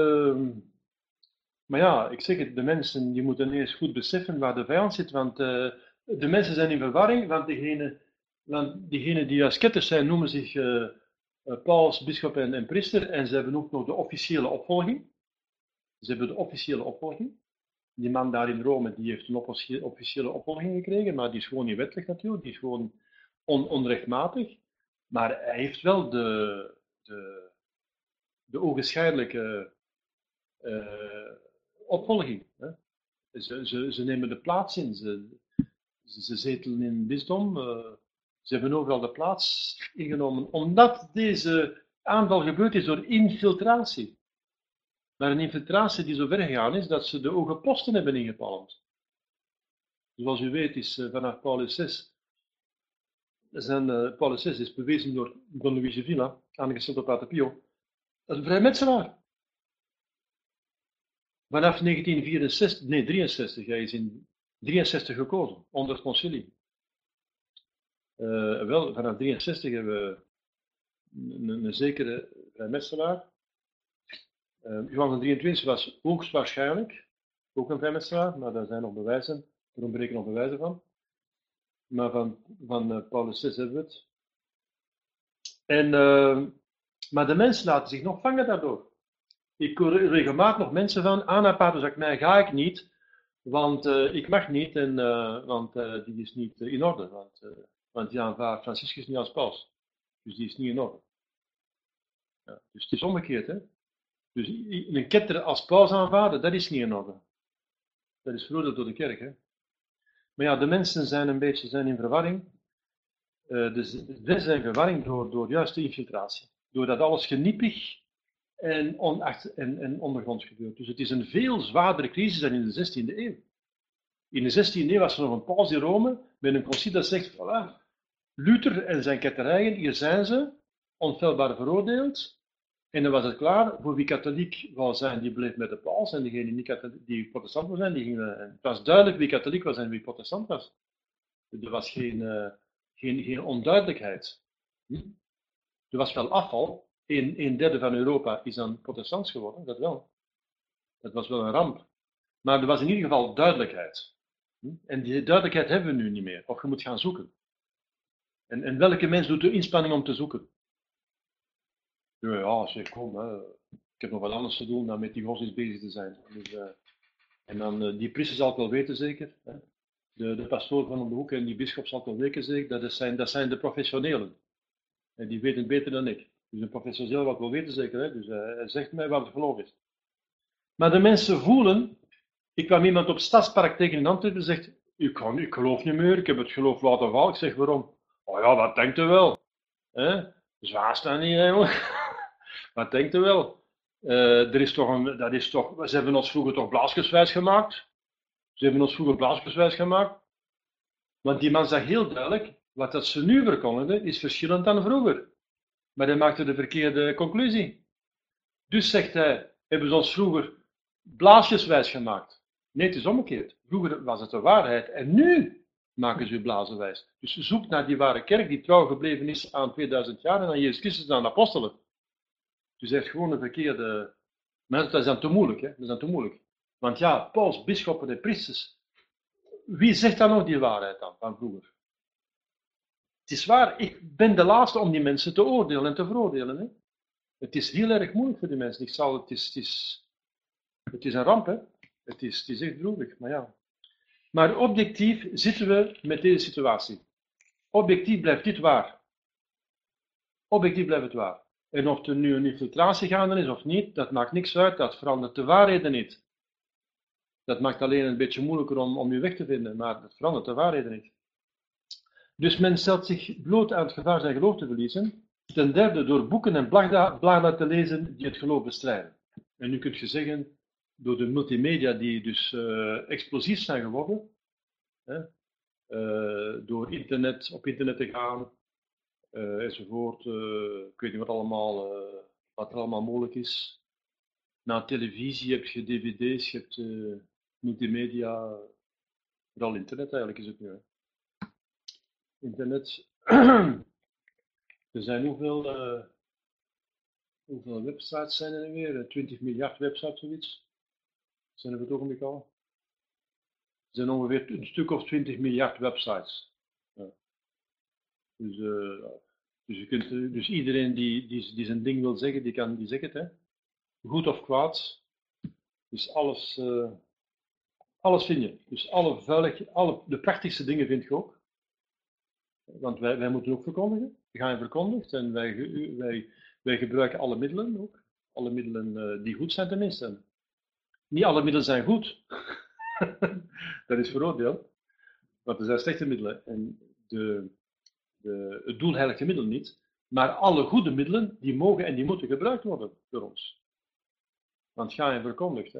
maar ja, ik zeg het, de mensen die moeten eerst goed beseffen waar de vijand zit, want de mensen zijn in verwarring, want diegenen die als ketters zijn noemen zich paus, bisschop en priester, en ze hebben ook nog de officiële opvolging. Ze hebben de officiële opvolging. Die man daar in Rome, die heeft een officiële opvolging gekregen, maar die is gewoon niet wettelijk natuurlijk, die is gewoon onrechtmatig. Maar hij heeft wel de ogenschijnlijke opvolging. Hè. Ze nemen de plaats in, ze zetelen in het bisdom, ze hebben overal de plaats ingenomen, omdat deze aanval gebeurd is door infiltratie. Maar een infiltratie die zo ver gegaan is dat ze de ogenposten hebben ingepalmd. Zoals u weet is vanaf Paulus VI, Paulus VI is bewezen door Don Luigi Villa, aangesteld door Pater Pio, dat een vrijmetselaar. Vanaf 1963, hij is in 63 gekozen, onder het concilie. Wel, vanaf 63 hebben we een zekere vrijmetselaar. Johannes 23 was hoogstwaarschijnlijk ook een vrijmetselaar, maar daar zijn nog bewijzen, er ontbreken nog bewijzen van. Maar van Paulus VI hebben we het. Maar de mensen laten zich nog vangen daardoor. Ik hoor regelmatig nog mensen van, naar Pater Jacquemin ga ik niet, want ik mag niet, want die is niet in orde. Want die aanvaardt Franciscus niet als paus. Dus die is niet in orde. Ja, dus het is omgekeerd, hè. Dus een ketter als paus aanvaarden, dat is niet in orde. Dat is veroordeeld door de kerk. Hè? Maar ja, de mensen zijn in verwarring. Dus wij zijn in verwarring door juist de infiltratie. Doordat alles geniepig en ondergronds gebeurt. Dus het is een veel zwaardere crisis dan in de 16e eeuw. In de 16e eeuw was er nog een paus in Rome met een concilie dat zegt, voilà, Luther en zijn ketterijen, hier zijn ze, onfeilbaar veroordeeld. En dan was het klaar, voor wie katholiek wou zijn, die bleef met de paus, en degene die protestant wou zijn, die gingen. Het was duidelijk wie katholiek was en wie protestant was. Er was geen onduidelijkheid. Er was wel afval. Een derde van Europa is dan protestants geworden, dat wel. Dat was wel een ramp. Maar er was in ieder geval duidelijkheid. En die duidelijkheid hebben we nu niet meer. Of je moet gaan zoeken. En welke mens doet de inspanning om te zoeken? Ja, zeg, kom, hè. Ik heb nog wat anders te doen dan met die godsdienst bezig te zijn. Dus, en dan, die priester zal het wel weten, zeker. Hè. De pastoor van om de hoek en die bisschop zal het wel weten, zeker. Dat zijn de professionelen. En die weten het beter dan ik. Dus een professioneel wat wel weten, zeker. Hè. Dus hij zegt mij wat het geloof is. Maar de mensen voelen. Ik kwam iemand op Stadspark tegen in Antwerpen en zegt: ik geloof niet meer, ik heb het geloof laten vallen. Ik zeg: waarom? Oh ja, wat denkt u wel? Zwaar staan hier eigenlijk. Wat denkt u wel? Ze hebben ons vroeger toch blaasjeswijs gemaakt. Ze hebben ons vroeger blaasjeswijs gemaakt. Want die man zag heel duidelijk, wat dat ze nu verkondigen, is verschillend dan vroeger. Maar hij maakte de verkeerde conclusie. Dus zegt hij, hebben ze ons vroeger blaasjeswijs gemaakt? Nee, het is omgekeerd. Vroeger was het de waarheid en nu maken ze u blazenwijs. Dus zoek naar die ware kerk die trouw gebleven is aan 2000 jaar en aan Jezus Christus en aan de apostelen. Dus hij heeft gewoon een verkeerde. Maar dat is dan te moeilijk, hè? Dat is dan te moeilijk. Want ja, paus, bisschoppen en priesters. Wie zegt dan nog die waarheid dan, van vroeger? Het is waar, ik ben de laatste om die mensen te oordelen en te veroordelen. Hè? Het is heel erg moeilijk voor die mensen. Het is een ramp, hè? Het is echt droevig, maar ja. Maar objectief zitten we met deze situatie. Objectief blijft dit waar. Objectief blijft het waar. En of er nu een infiltratie gaande is of niet, dat maakt niks uit, dat verandert de waarheden niet. Dat maakt alleen een beetje moeilijker om u weg te vinden, maar dat verandert de waarheden niet. Dus men stelt zich bloot aan het gevaar zijn geloof te verliezen. Ten derde door boeken en bladen te lezen die het geloof bestrijden. En nu kunt je zeggen, door de multimedia die dus explosief zijn geworden, door op internet te gaan, enzovoort, ik weet niet wat er allemaal mogelijk is. Na televisie heb je dvd's, je hebt multimedia, vooral internet eigenlijk is het nu. Hè. Internet, er zijn hoeveel websites zijn er weer? 20 miljard websites, zoiets. Zijn er op het ogenblik al? Er zijn ongeveer een stuk of 20 miljard websites. Ja. Dus iedereen die zijn ding wil zeggen, die zegt het. Hè. Goed of kwaad. Dus alles vind je. Dus de prachtigste dingen vind je ook. Want wij moeten ook verkondigen. We gaan verkondigd en wij gebruiken alle middelen ook. Alle middelen die goed zijn tenminste. Niet alle middelen zijn goed. Dat is veroordeeld. Want er zijn slechte middelen. En het doel heiligt de middelen niet. Maar alle goede middelen, die mogen en die moeten gebruikt worden door ons. Want ga je verkondigd. Hè.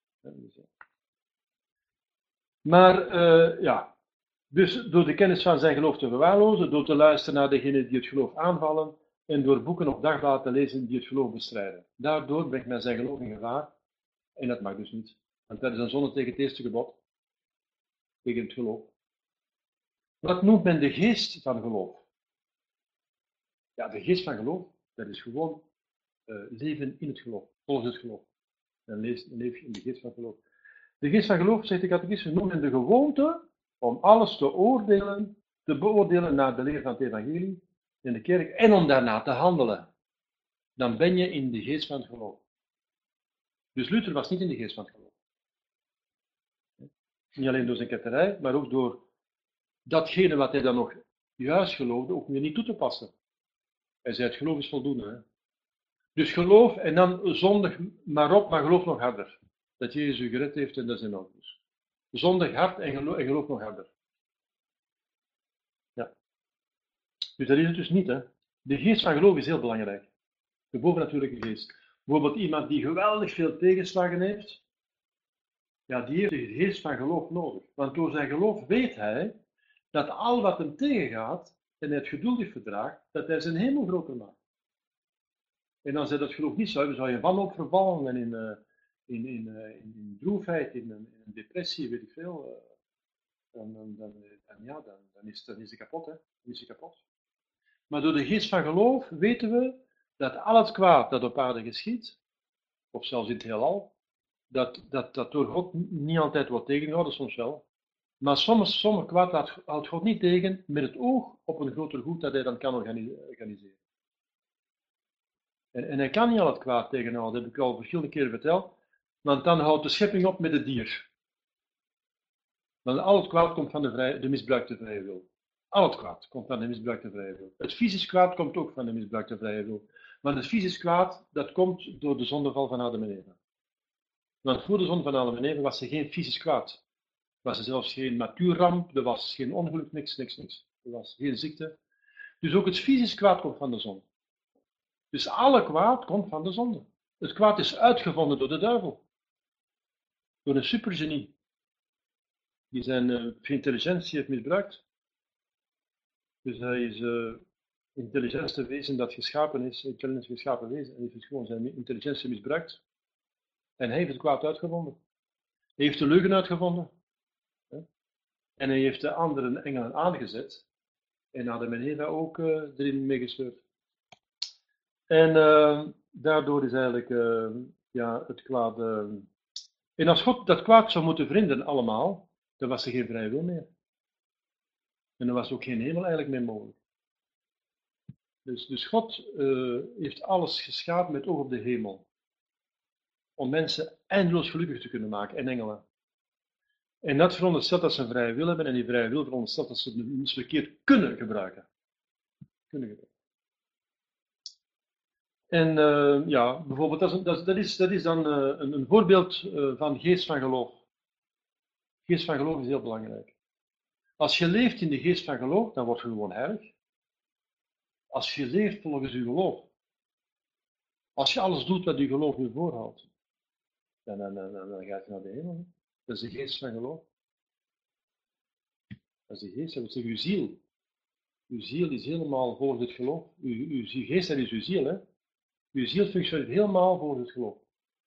Maar ja. Dus door de kennis van zijn geloof te verwaarlozen, door te luisteren naar degenen die het geloof aanvallen en door boeken of dagbladen te lezen die het geloof bestrijden. Daardoor brengt men zijn geloof in gevaar en dat mag dus niet. Want dat is een zonde tegen het eerste gebod, tegen het geloof. Wat noemt men de geest van geloof? Ja, de geest van geloof, dat is gewoon leven in het geloof, volgens het geloof. Dan leef je in de geest van geloof. De geest van geloof, zegt de catechisme, noemt men de gewoonte om alles te beoordelen naar de leer van het evangelie in de kerk en om daarna te handelen. Dan ben je in de geest van het geloof. Dus Luther was niet in de geest van het geloof. Niet alleen door zijn ketterij, maar ook door datgene wat hij dan nog juist geloofde, ook weer niet toe te passen. Hij zei, het geloof is voldoende. Hè? Dus geloof en dan zondig maar op, maar geloof nog harder. Dat Jezus u gered heeft en dat is in orde. Dus zondig hard en geloof nog harder. Ja. Dus dat is het dus niet, hè. De geest van geloof is heel belangrijk. De bovennatuurlijke geest. Bijvoorbeeld iemand die geweldig veel tegenslagen heeft, ja, die heeft de geest van geloof nodig. Want door zijn geloof weet hij dat al wat hem tegengaat en hij het geduldig verdraagt, dat hij zijn hemel groter maakt. En als hij dat geloof niet zou hebben, zou je wanhoop vervallen en in droefheid, in een depressie, weet ik veel. Dan is hij kapot, hè. Dan is hij kapot. Maar door de geest van geloof weten we dat al het kwaad dat op aarde geschiet, of zelfs in het heelal, dat door God niet altijd wordt tegengehouden, soms wel. Maar sommige kwaad houdt God niet tegen met het oog op een groter goed dat hij dan kan organiseren. En hij kan niet al het kwaad tegenhouden, dat heb ik al verschillende keren verteld, want dan houdt de schepping op met het dier. Want al het kwaad komt van de misbruikte vrije wil. Al het kwaad komt van de misbruikte vrije wil. Het fysisch kwaad komt ook van de misbruikte vrije wil. Want het fysisch kwaad, dat komt door de zondeval van Adam en Eva. Want voor de zonde van Adam en Eva was er geen fysisch kwaad. Was er zelfs geen natuurramp, er was geen ongeluk, niks. Er was geen ziekte. Dus ook het fysisch kwaad komt van de zonde. Dus alle kwaad komt van de zonde. Het kwaad is uitgevonden door de duivel. Door een supergenie. Die zijn intelligentie heeft misbruikt. Dus hij is het intelligentste wezen dat geschapen is, intelligent geschapen wezen. En hij heeft gewoon zijn intelligentie misbruikt. En hij heeft het kwaad uitgevonden. Hij heeft de leugen uitgevonden. En hij heeft de andere engelen aangezet. En Adam en Eva ook erin meegesleurd. En daardoor is eigenlijk het kwaad. En als God dat kwaad zou moeten verhinderen allemaal, dan was er geen vrije wil meer. En dan was ook geen hemel eigenlijk meer mogelijk. Dus God heeft alles geschapen met oog op de hemel. Om mensen eindeloos gelukkig te kunnen maken en engelen. En dat veronderstelt dat ze een vrije wil hebben en die vrije wil veronderstelt dat ze het verkeerd kunnen gebruiken. En bijvoorbeeld, dat is dan een voorbeeld van geest van geloof. Geest van geloof is heel belangrijk. Als je leeft in de geest van geloof, dan word je gewoon heilig. Als je leeft volgens je geloof, als je alles doet wat je geloof je voorhoudt, dan ga je naar de hemel. Dat is de geest van geloof. Dat is de geest, dat wil zeggen uw ziel. Uw ziel is helemaal volgens het geloof. Uw geest, dat is uw ziel, hè. Uw ziel functioneert helemaal volgens het geloof.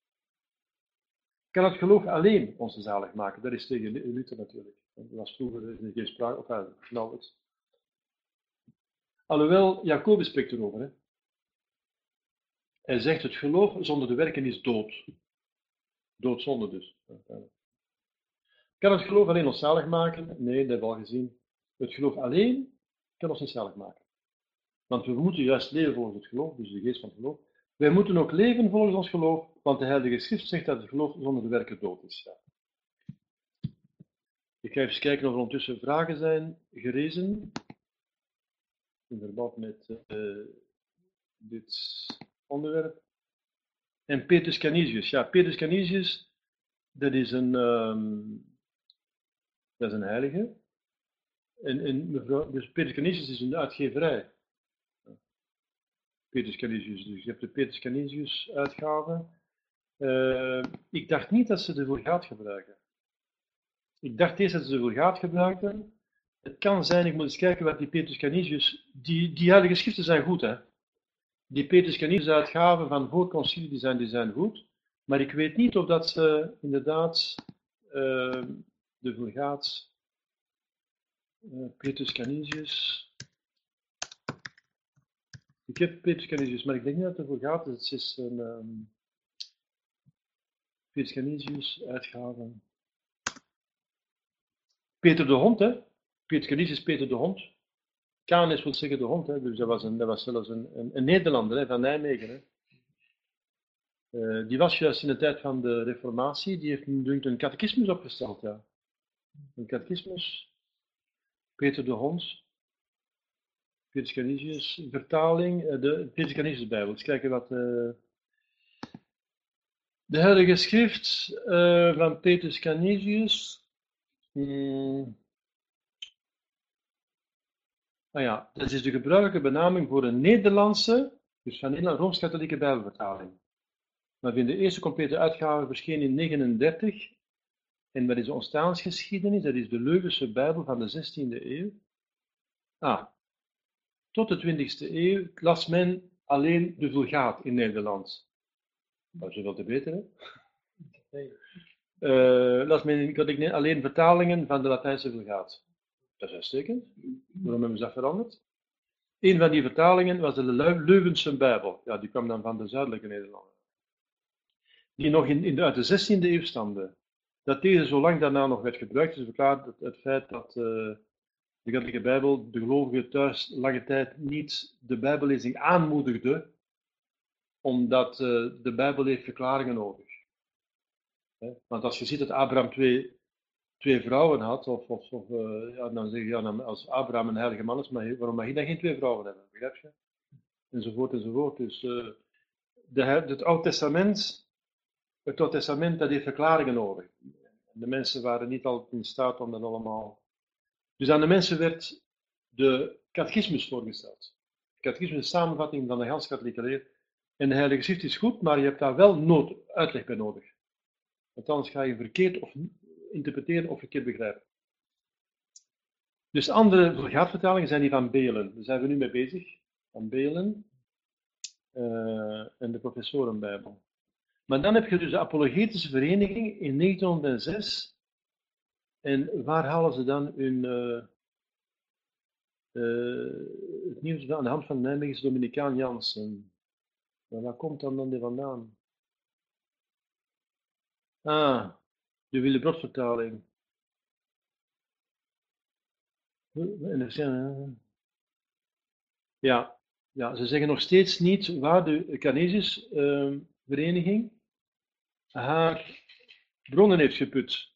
Kan het geloof alleen onze zalig maken? Dat is tegen Luther natuurlijk. Dat was vroeger geen sprake, of nauwelijks. Alhoewel, Jacobus spreekt erover. Hè. Hij zegt, het geloof zonder de werken is dood. Doodzonde dus. Kan het geloof alleen ons zalig maken? Nee, dat hebben we al gezien. Het geloof alleen kan ons niet zalig maken. Want we moeten juist leven volgens het geloof, dus de geest van het geloof. Wij moeten ook leven volgens ons geloof, want de Heilige Schrift zegt dat het geloof zonder de werken dood is. Ja. Ik ga even kijken of er ondertussen vragen zijn gerezen in verband met dit onderwerp. En Petrus Canisius. Ja, Petrus Canisius, dat is een heilige. Dus Petrus Canisius is een uitgeverij. Petrus Canisius. Dus je hebt de Petrus Canisius uitgave. Ik dacht niet dat ze de Vulgaat gebruiken. Ik dacht eerst dat ze de Vulgaat gebruikten. Het kan zijn, ik moet eens kijken wat die Petrus Canisius. Die heilige schriften zijn goed, hè. Die Petrus Canisius uitgaven van voor het concilie, die zijn goed. Maar ik weet niet of dat ze inderdaad de Vulgaat. Petrus Canisius. Ik heb Petrus Canisius, maar ik denk niet dat het ervoor gaat. Het is een Petrus Canisius uitgave. Peter de Hond, hè? Petrus Canisius, Peter de Hond. Canis wil zeggen de hond, hè? Dus dat was zelfs een Nederlander, hè, van Nijmegen. Hè? Die was juist in de tijd van de Reformatie, die heeft een catechismus opgesteld. Ja. Een catechismus. Peter de Hond. Petrus Canisius, vertaling, de Petrus Canisius Bijbel. Eens kijken wat... de Heilige Schrift van Petrus Canisius. Nou ja, dat is de gebruikelijke benaming voor een Nederlandse, dus van Nederland, Rooms-Katholieke Bijbelvertaling. Maar in de eerste complete uitgave verscheen in 1939. En wat is de ontstaansgeschiedenis? Dat is de Leuvense Bijbel van de 16e eeuw. Tot de 20e eeuw las men alleen de Vulgaat in Nederland. Dat is zoveel te beter, hè? Las men alleen vertalingen van de Latijnse Vulgaat. Dat is uitstekend. Waarom hebben ze dat veranderd? Een van die vertalingen was de Leuvense Bijbel. Ja, die kwam dan van de zuidelijke Nederlanden. Die nog uit de 16e eeuw stamde. Dat deze zo lang daarna nog werd gebruikt, is verklaard het feit dat de katholieke Bijbel de gelovigen thuis lange tijd niet de Bijbellezing aanmoedigde, omdat de Bijbel heeft verklaringen nodig. Want als je ziet dat Abraham twee vrouwen had, dan zeg je, ja, als Abraham een heilige man is, waarom mag je dan geen twee vrouwen hebben? Begrijp je? Enzovoort, enzovoort. Dus het Oude Testament dat heeft verklaringen nodig. De mensen waren niet altijd in staat om dat allemaal... Dus aan de mensen werd de catechismus voorgesteld. De catechismus is een samenvatting van de Rooms-Katholieke leer. En de Heilige Schrift is goed, maar je hebt daar wel uitleg bij nodig. Want anders ga je verkeerd of interpreteren of verkeerd begrijpen. Dus andere Vulgaatvertalingen zijn die van Beelen. Daar zijn we nu mee bezig. Van Beelen en de Professorenbijbel. Maar dan heb je dus de Apologetische Vereniging in 1906. En waar halen ze dan het nieuws aan de hand van de Nijmeegse Dominicaan Jansen? Maar waar komt dan die vandaan? De Willebrod-vertaling. Ja, ze zeggen nog steeds niet waar de Canisius-vereniging haar bronnen heeft geput.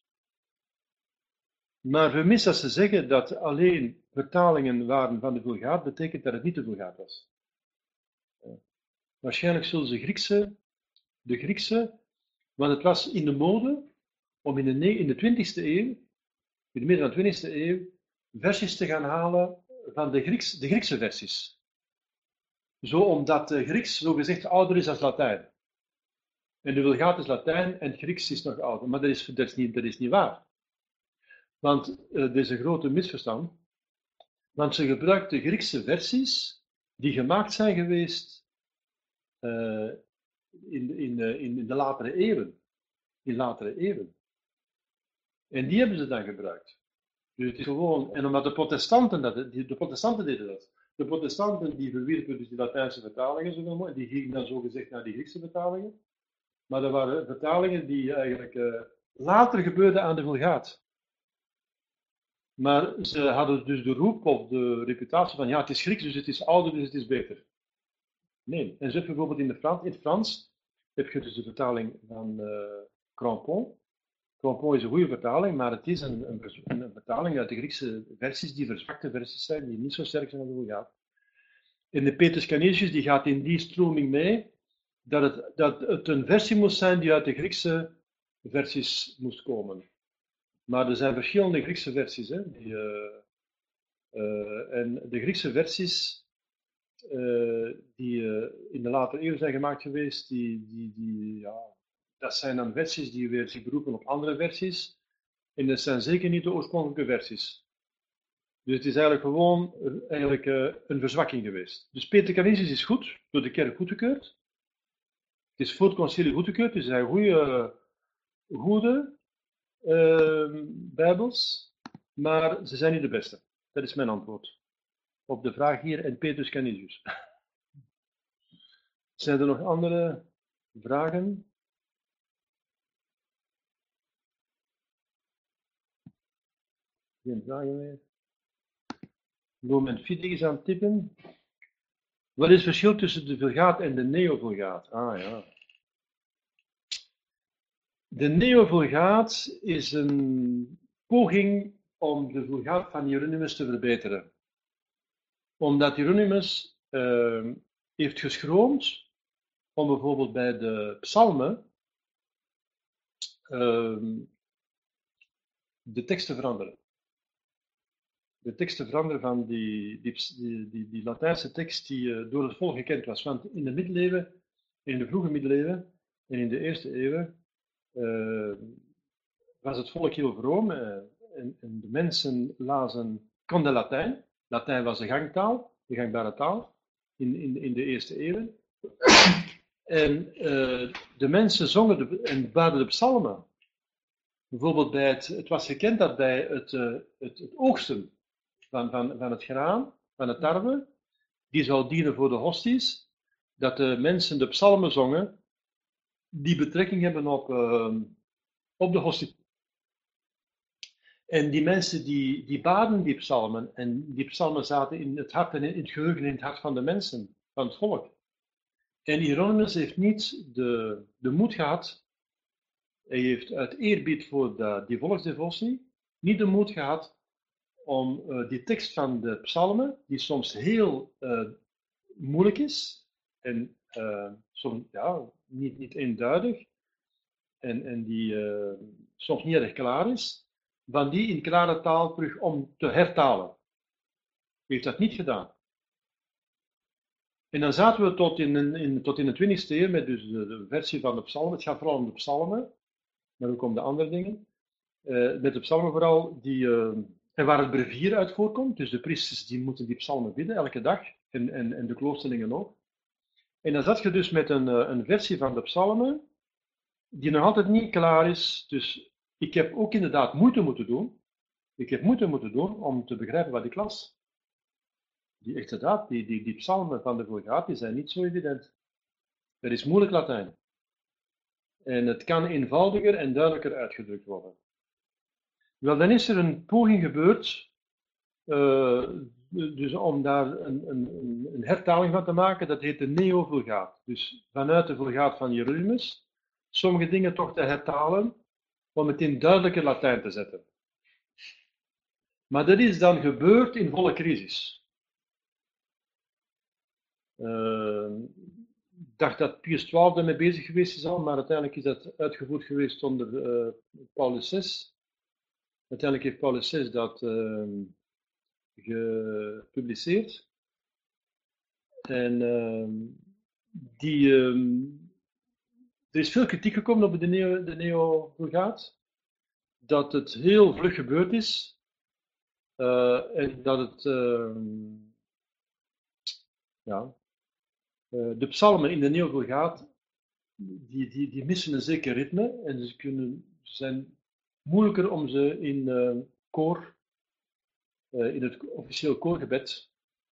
Maar vermis dat ze zeggen dat alleen vertalingen waren van de Vulgaat, betekent dat het niet de Vulgaat was. Waarschijnlijk zullen ze de Griekse, want het was in de mode om in de 20e eeuw, in de midden van de 20e eeuw, versies te gaan halen van de Griekse versies. Zo omdat Grieks zogezegd ouder is dan Latijn. En de Vulgaat is Latijn en Grieks is nog ouder. Maar dat is niet waar. Want er is een grote misverstand. Want ze gebruikten Griekse versies die gemaakt zijn geweest in de latere eeuwen. In latere eeuwen. En die hebben ze dan gebruikt. Dus het is gewoon, en omdat de protestanten deden dat. De protestanten die verwierpen dus die Latijnse vertalingen, die gingen dan zogezegd naar die Griekse vertalingen. Maar dat waren vertalingen die eigenlijk later gebeurden aan de Vulgaat. Maar ze hadden dus de roep of de reputatie van, ja, het is Grieks, dus het is ouder, dus het is beter. Nee. En zo heb je bijvoorbeeld in het Frans, heb je dus de vertaling van Crampon. Crampon is een goede vertaling, maar het is een vertaling uit de Griekse versies, die verzwakte versies zijn, die niet zo sterk zijn als de Vulgaat. En de Petrus Canisius, die gaat in die stroming mee, dat het een versie moest zijn die uit de Griekse versies moest komen. Maar er zijn verschillende Griekse versies. Hè, en de Griekse versies die in de latere eeuw zijn gemaakt geweest, dat zijn dan versies die weer zich beroepen op andere versies. En dat zijn zeker niet de oorspronkelijke versies. Dus het is eigenlijk gewoon een verzwakking geweest. Dus Petrus Canisius is goed, door de kerk goedgekeurd. Het is voor het concilie goedgekeurd, dus er zijn goede Bijbels, maar ze zijn niet de beste. Dat is mijn antwoord op de vraag hier en Petrus Canisius. Zijn er nog andere vragen? Geen vragen meer. Moment Fiddy is aan het tippen. Wat is het verschil tussen de Vulgaat en de Neo-Vulgaat? Ja. De Neo-Vulgaat is een poging om de Vulgaat van Hieronymus te verbeteren. Omdat Hieronymus heeft geschroomd om bijvoorbeeld bij de psalmen de tekst te veranderen. De tekst te veranderen van die Latijnse tekst die door het volk gekend was. Want in de middeleeuwen, in de vroege middeleeuwen en in de eerste eeuwen was het volk heel vroom en de mensen konden Latijn. Latijn was de gangtaal, de gangbare taal in de eerste eeuwen. En de mensen zongen en baden de psalmen. Bijvoorbeeld bij het was gekend dat bij het oogsten van het graan, van het tarwe, die zou dienen voor de hosties, dat de mensen de psalmen zongen die betrekking hebben op de hostie. En die mensen die baden die psalmen, en die psalmen zaten in het hart en in het geheugen, in het hart van de mensen, van het volk. En Hieronymus heeft niet de moed gehad, hij heeft uit eerbied voor die volksdevotie, niet de moed gehad om die tekst van de psalmen, die soms heel moeilijk is en soms niet eenduidig en die soms niet erg klaar is, van die in klare taal terug om te hertalen. Hij heeft dat niet gedaan. En dan zaten we tot in de 20e eeuw met dus de versie van de psalmen. Het gaat vooral om de psalmen, maar ook om de andere dingen. Met de psalmen vooral, en waar het brevier uit voorkomt. Dus de priesters die moeten die psalmen bidden elke dag. En de kloosterlingen ook. En dan zat je dus met een versie van de psalmen die nog altijd niet klaar is. Dus ik heb ook inderdaad moeite moeten doen. Ik heb moeite moeten doen om te begrijpen wat ik las. Die psalmen van de Vulgaat, die zijn niet zo evident. Dat is moeilijk Latijn. En het kan eenvoudiger en duidelijker uitgedrukt worden. Wel, dan is er een poging gebeurd, dus om daar een hertaling van te maken, dat heet de Neo-Vulgaat. Dus vanuit de Vulgaat van Hieronymus, sommige dingen toch te hertalen, om het in duidelijker Latijn te zetten. Maar dat is dan gebeurd in volle crisis. Ik dacht dat Pius XII daarmee bezig geweest is al, maar uiteindelijk is dat uitgevoerd geweest onder Paulus VI. Uiteindelijk heeft Paulus VI dat gepubliceerd. En er is veel kritiek gekomen op de Neo-Vulgaat, dat het heel vlug gebeurd is en dat het de psalmen in de Neo-Vulgaat die missen een zeker ritme en ze zijn moeilijker om ze in in het officieel koorgebed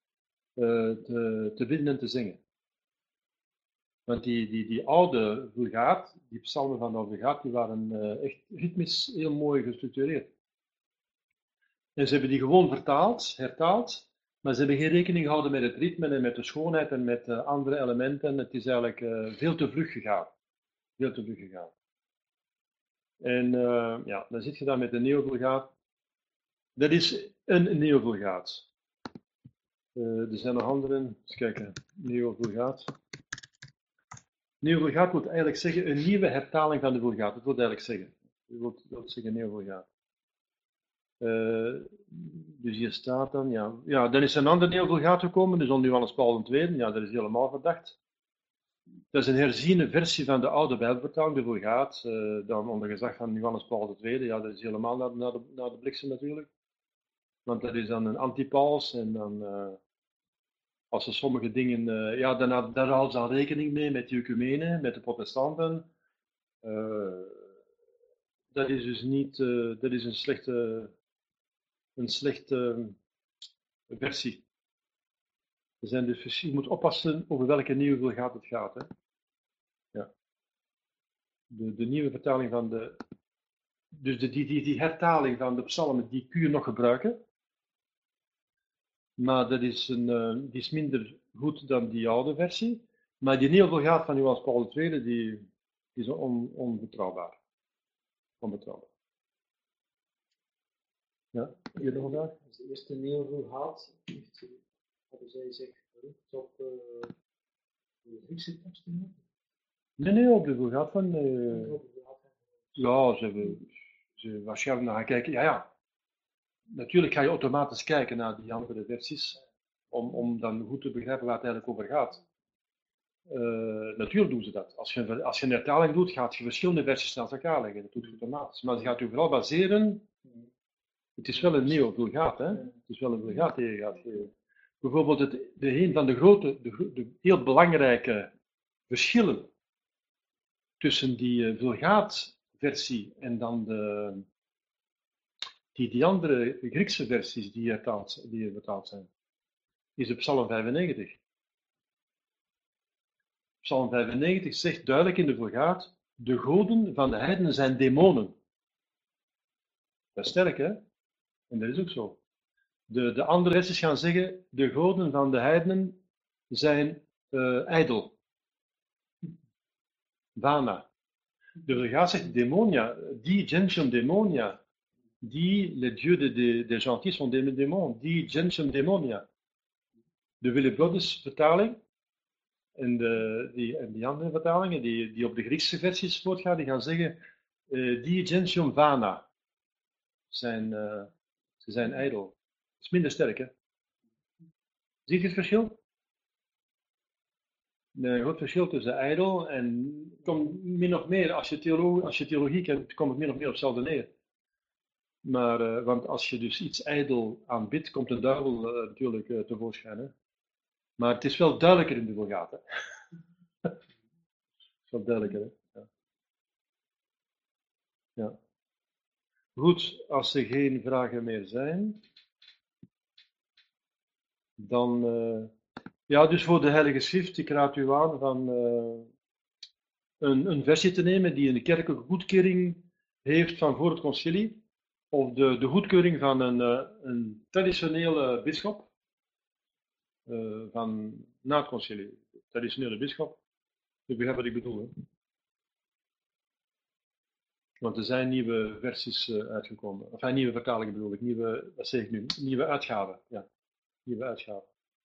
te bidden en te zingen. Want die oude Vulgaat, die psalmen van de oude Vulgaat, die waren echt ritmisch heel mooi gestructureerd. En ze hebben die gewoon hertaald, maar ze hebben geen rekening gehouden met het ritme en met de schoonheid en met andere elementen. Het is eigenlijk veel te vlug gegaan. Veel te vlug gegaan. En dan zit je dan met de Neo-Vulgaat. Dat is een Neo-Vulgaat. Er zijn nog andere. Eens kijken. Neo-Vulgaat. Neo-Vulgaat wil eigenlijk zeggen een nieuwe hertaling van de Vulgaat. Dat wil eigenlijk zeggen. Dat wil zeggen Neo-Vulgaat. Dus hier staat dan, dan is er een ander Neo-Vulgaat gekomen, dus onder Johannes Paul II. Ja, dat is helemaal verdacht. Dat is een herziene versie van de oude Bijbelvertaling, de Vulgaat, dan onder gezag van Johannes Paul II. Ja, dat is helemaal naar de bliksem natuurlijk. Want dat is dan een anti-Pauls en dan, als er sommige dingen, daar houden ze al rekening mee met de ecumene, met de protestanten. Dat is dus niet, dat is een slechte versie. Je moet oppassen over welke nieuwe Vulgaat het gaat. Hè. Ja. De nieuwe vertaling van dus die hertaling van de psalmen, die kun je nog gebruiken. Maar dat is die is minder goed dan die oude versie. Maar die nieuwe Vulgaat van Johannes Paul II, die is onbetrouwbaar. Onbetrouwbaar. Ja, hier nog een vraag? Dus de eerste Neo-Vulgaat Hadden zij zich gericht op de Griekse teksten? Nee, op de Vulgaat van... Enkel op de Vulgaat. ja, ze waarschijnlijk naar gaan kijken. Ja. Natuurlijk ga je automatisch kijken naar die andere versies, om dan goed te begrijpen waar het eigenlijk over gaat. Natuurlijk doen ze dat. Als je een hertaling doet, gaat je verschillende versies naast elkaar leggen. Dat doet je automatisch. Maar ze gaat je vooral baseren. Het is wel een neo-Vulgaat, hè? Het is wel een Vulgaat die je gaat geven. Bijvoorbeeld een van de heel belangrijke verschillen tussen die Vulgaat-versie en dan die andere Griekse versies die vertaald zijn, is de Psalm 95. Psalm 95 zegt duidelijk in de Vulgaat, de goden van de heidenen zijn demonen. Dat is sterk, hè? En dat is ook zo. De andere versies gaan zeggen, de goden van de heidenen zijn ijdel. Vana. De Vulgaat zegt demonia, die gentium demonia, die les dieux des gentils sont des démons, die gentium demonia. De Willebroeders vertaling en die andere vertalingen die op de Griekse versies voortgaan, die gaan zeggen, die gentium vana. Ze zijn ijdel. Dat is minder sterk, hè? Zie je het verschil? Een groot verschil tussen ijdel en komt min of meer, als je theologie kent, komt het min of meer op hetzelfde neer. Maar, want als je dus iets ijdel aanbidt, komt de duivel natuurlijk tevoorschijn. Hè? Maar het is wel duidelijker in de Vulgaat. Het is wel duidelijker, hè? Ja. Ja. Goed, als er geen vragen meer zijn, dan... ja, dus voor de Heilige Schrift, ik raad u aan van een versie te nemen die een kerkelijke goedkeuring heeft van voor het concilie, of de goedkeuring van een traditionele bisschop van na het concilie. Traditionele bisschop, u begrijpt wat ik bedoel. Hè? Want er zijn nieuwe versies uitgekomen. Enfin, nieuwe vertalingen bedoel ik. Wat zeg ik nu? Nieuwe uitgaven. Ja, nieuwe uitgaven.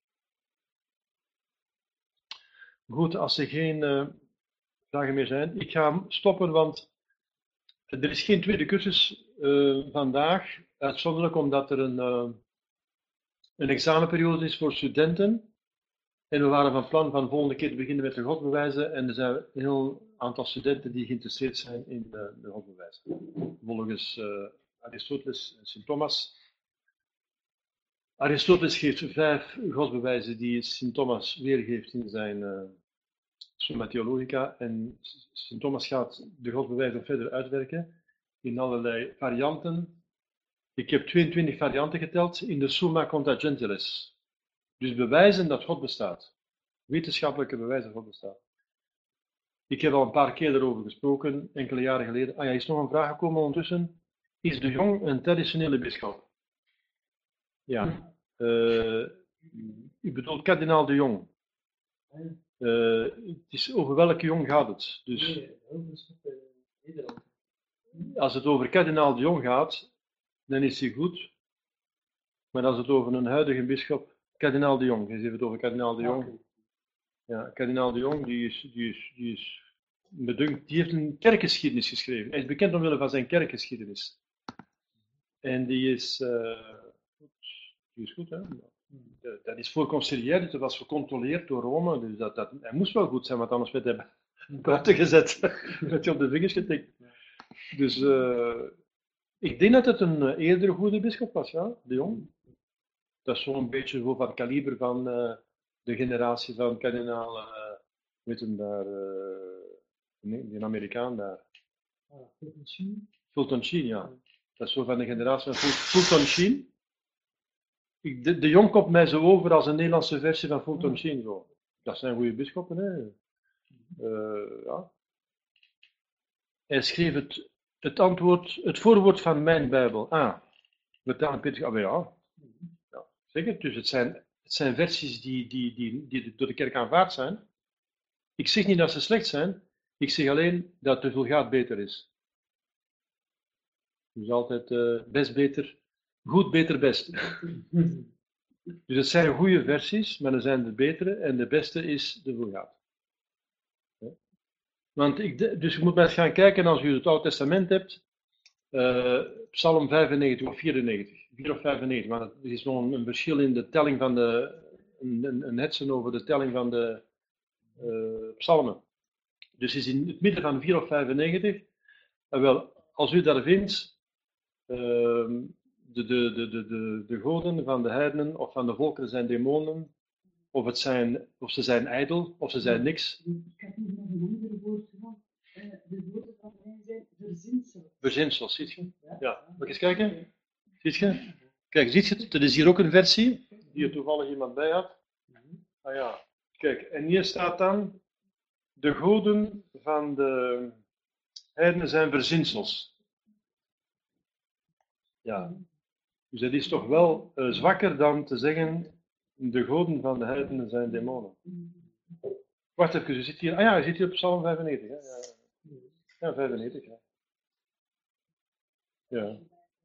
Goed, als er geen vragen meer zijn. Ik ga stoppen, want er is geen tweede cursus vandaag. Uitzonderlijk omdat er een examenperiode is voor studenten. En we waren van plan van volgende keer te beginnen met de godsbewijzen. En er zijn een heel aantal studenten die geïnteresseerd zijn in de godsbewijzen. Volgens Aristoteles en Sint Thomas. Aristoteles geeft 5 godsbewijzen die Sint Thomas weergeeft in zijn Summa Theologica. En Sint Thomas gaat de godsbewijzen verder uitwerken in allerlei varianten. Ik heb 22 varianten geteld in de Summa Contra Gentiles. Dus bewijzen dat God bestaat. Wetenschappelijke bewijzen dat God bestaat. Ik heb al een paar keer erover gesproken, enkele jaren geleden. Ah ja, is nog een vraag gekomen ondertussen. Is de Jong een traditionele bisschop? Ja. U bedoelt kardinaal de Jong. Het is over welke Jong gaat het? Dus, als het over kardinaal de Jong gaat, dan is hij goed. Maar als het over een huidige bisschop, kardinaal de Jong, je heeft het over kardinaal de Jong. Ja, kardinaal de Jong, die heeft een kerkgeschiedenis geschreven. Hij is bekend omwille van zijn kerkgeschiedenis. En die is goed, hè? Dat is voorconciliair, dus dat was gecontroleerd door Rome, dus hij moest wel goed zijn, want anders werd hij buiten gezet. Werd hij op de vingers getikt. Dus ik denk dat het een eerder goede bisschop was, ja, de Jong. Dat is zo'n beetje zo van het kaliber van de generatie van kardinaal, weet hem daar, die Amerikaan daar. Fulton Sheen, ja. Dat is zo van de generatie van Fulton Sheen. De Jong komt mij zo over als een Nederlandse versie van Fulton Sheen. Zo. Dat zijn goede bisschoppen, hè. Ja. Hij schreef het voorwoord van mijn Bijbel. Vertalen Peter. Ja. Zeker. Dus het zijn versies die door de kerk aanvaard zijn. Ik zeg niet dat ze slecht zijn. Ik zeg alleen dat de Vulgaat beter is. Dus altijd best beter. Goed, beter, best. Dus het zijn goede versies, maar er zijn de betere en de beste is de Vulgate. Want dus je moet maar eens gaan kijken als u het Oude Testament hebt, Psalm 95 of 94, 4 of 95, maar er is nog een verschil in de telling van een hetsen over de telling van de psalmen. Dus is in het midden van 4 of 95, en wel, als u daar vindt, de goden van de heidenen of van de volkeren zijn demonen, of ze zijn ijdel, of ze zijn niks. Ik heb hier nog een ander woord gehad. De woorden van mij zijn verzinsels. Verzinsels, ziet je? Ja, mag ik eens kijken? Ziet je? Kijk, ziet je? Er is hier ook een versie, die er toevallig iemand bij had. Ah ja, kijk, en hier staat dan, de goden van de heidenen zijn verzinsels. Ja, dus dat is toch wel zwakker dan te zeggen, de goden van de heidenen zijn demonen. Wacht even, je zit hier, je zit hier op Psalm 95. Hè? Ja, 95, ja. Ja.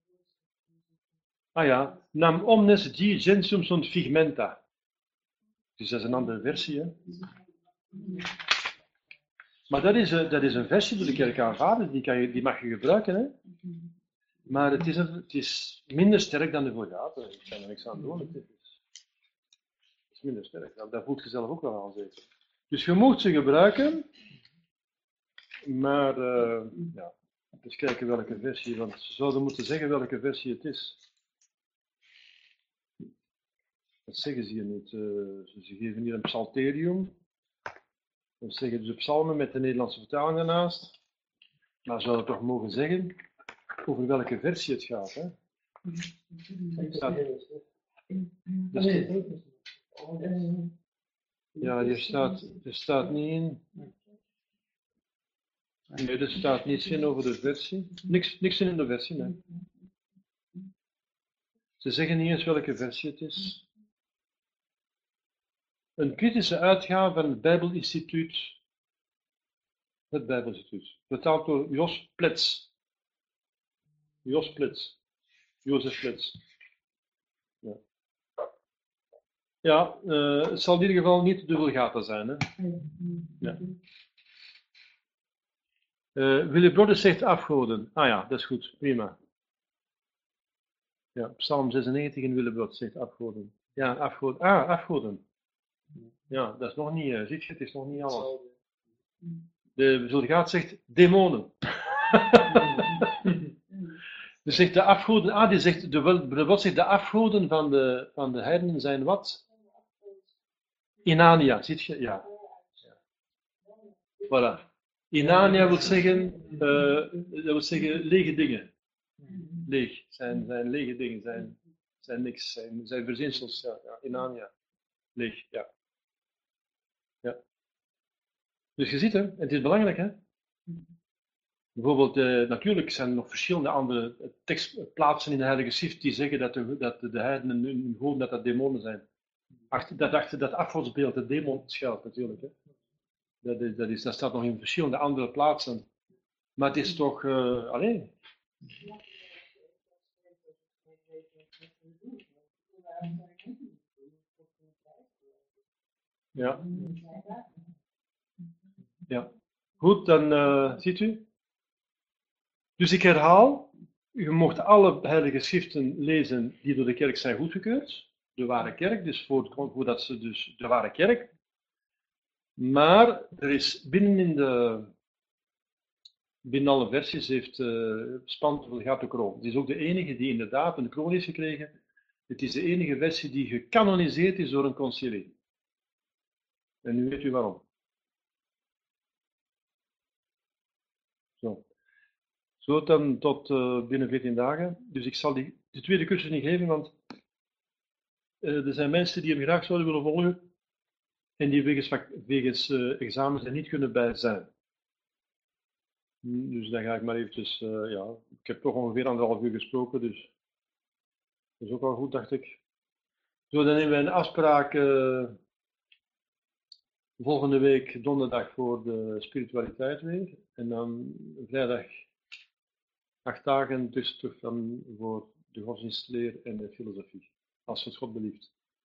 Ah ja, nam omnes die gentium sunt figmenta. Dus dat is een andere versie, hè. Maar dat is een versie door de kerk aanvaarden, die mag je gebruiken, hè. Maar het is minder sterk dan de Vulgate. Ik kan er niks aan doen. Het is minder sterk. Dat voelt je zelf ook wel aan, zeker. Dus je moet ze gebruiken, maar ja, eens kijken welke versie, want ze zouden moeten zeggen welke versie het is. Dat zeggen ze hier niet. Ze geven hier een psalterium. Dan zeggen ze psalmen met de Nederlandse vertaling ernaast. Maar zouden toch mogen zeggen over welke versie het gaat, hè? Ja, er staat niet in. Nee, er staat niets in over de versie. Niks in de versie, nee. Ze zeggen niet eens welke versie het is. Een kritische uitgave van het Bijbelinstituut. Het Bijbelinstituut. Vertaald door Jos Plets. Jozef Plets. Ja. Ja, het zal in ieder geval niet de Vulgate zijn, hè? Ja. Willy Broders zegt afgoden. Ah ja, dat is goed, prima. Ja, Psalm 96 in Willy Broders zegt afgoden. Ja, afgoden. Ah, afgoden. Ja, dat is nog niet, ziet je, het is nog niet alles. De Vulgate zegt demonen. Dus zegt de afgoden, die zegt, de Bod zegt de afgoden van de heidenen zijn wat? Inania, ziet je? Ja. Voilà. Inania wil zeggen, lege dingen. Leeg, zijn lege dingen, zijn niks, zijn verzinsels, ja, inania. Leeg, ja. Dus je ziet, hè, het is belangrijk, hè. Bijvoorbeeld, natuurlijk zijn er nog verschillende andere tekstplaatsen in de Heilige Schrift die zeggen dat de heidenen hun goden, dat demonen zijn. Achter dat afgodsbeeld de demon schuilt, natuurlijk, hè. Dat staat nog in verschillende andere plaatsen. Maar het is toch, alleen. Ja. Ja. Goed, dan ziet u. Dus ik herhaal, u mocht alle heilige schriften lezen die door de kerk zijn goedgekeurd. De ware kerk, dus voordat ze dus de ware kerk. Maar er is binnen alle versies heeft Spant de Vulgate kroon. Het is ook de enige die inderdaad een kroon heeft gekregen. Het is de enige versie die gecanoniseerd is door een concilie. En nu weet u waarom. Zo dan tot binnen 14 dagen. Dus ik zal de tweede cursus niet geven, want er zijn mensen die hem graag zouden willen volgen en die wegens examens er niet kunnen bij zijn. Dus dan ga ik maar eventjes, ja, ik heb toch ongeveer 1,5 uur gesproken, dus dat is ook wel goed, dacht ik. Zo, dan nemen we een afspraak volgende week donderdag voor de spiritualiteit weer. En dan vrijdag 8 dagen dus terug dan voor de godsdienstleer en de filosofie. Als het God belieft.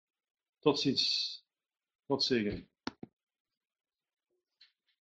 Tot ziens. God zegen.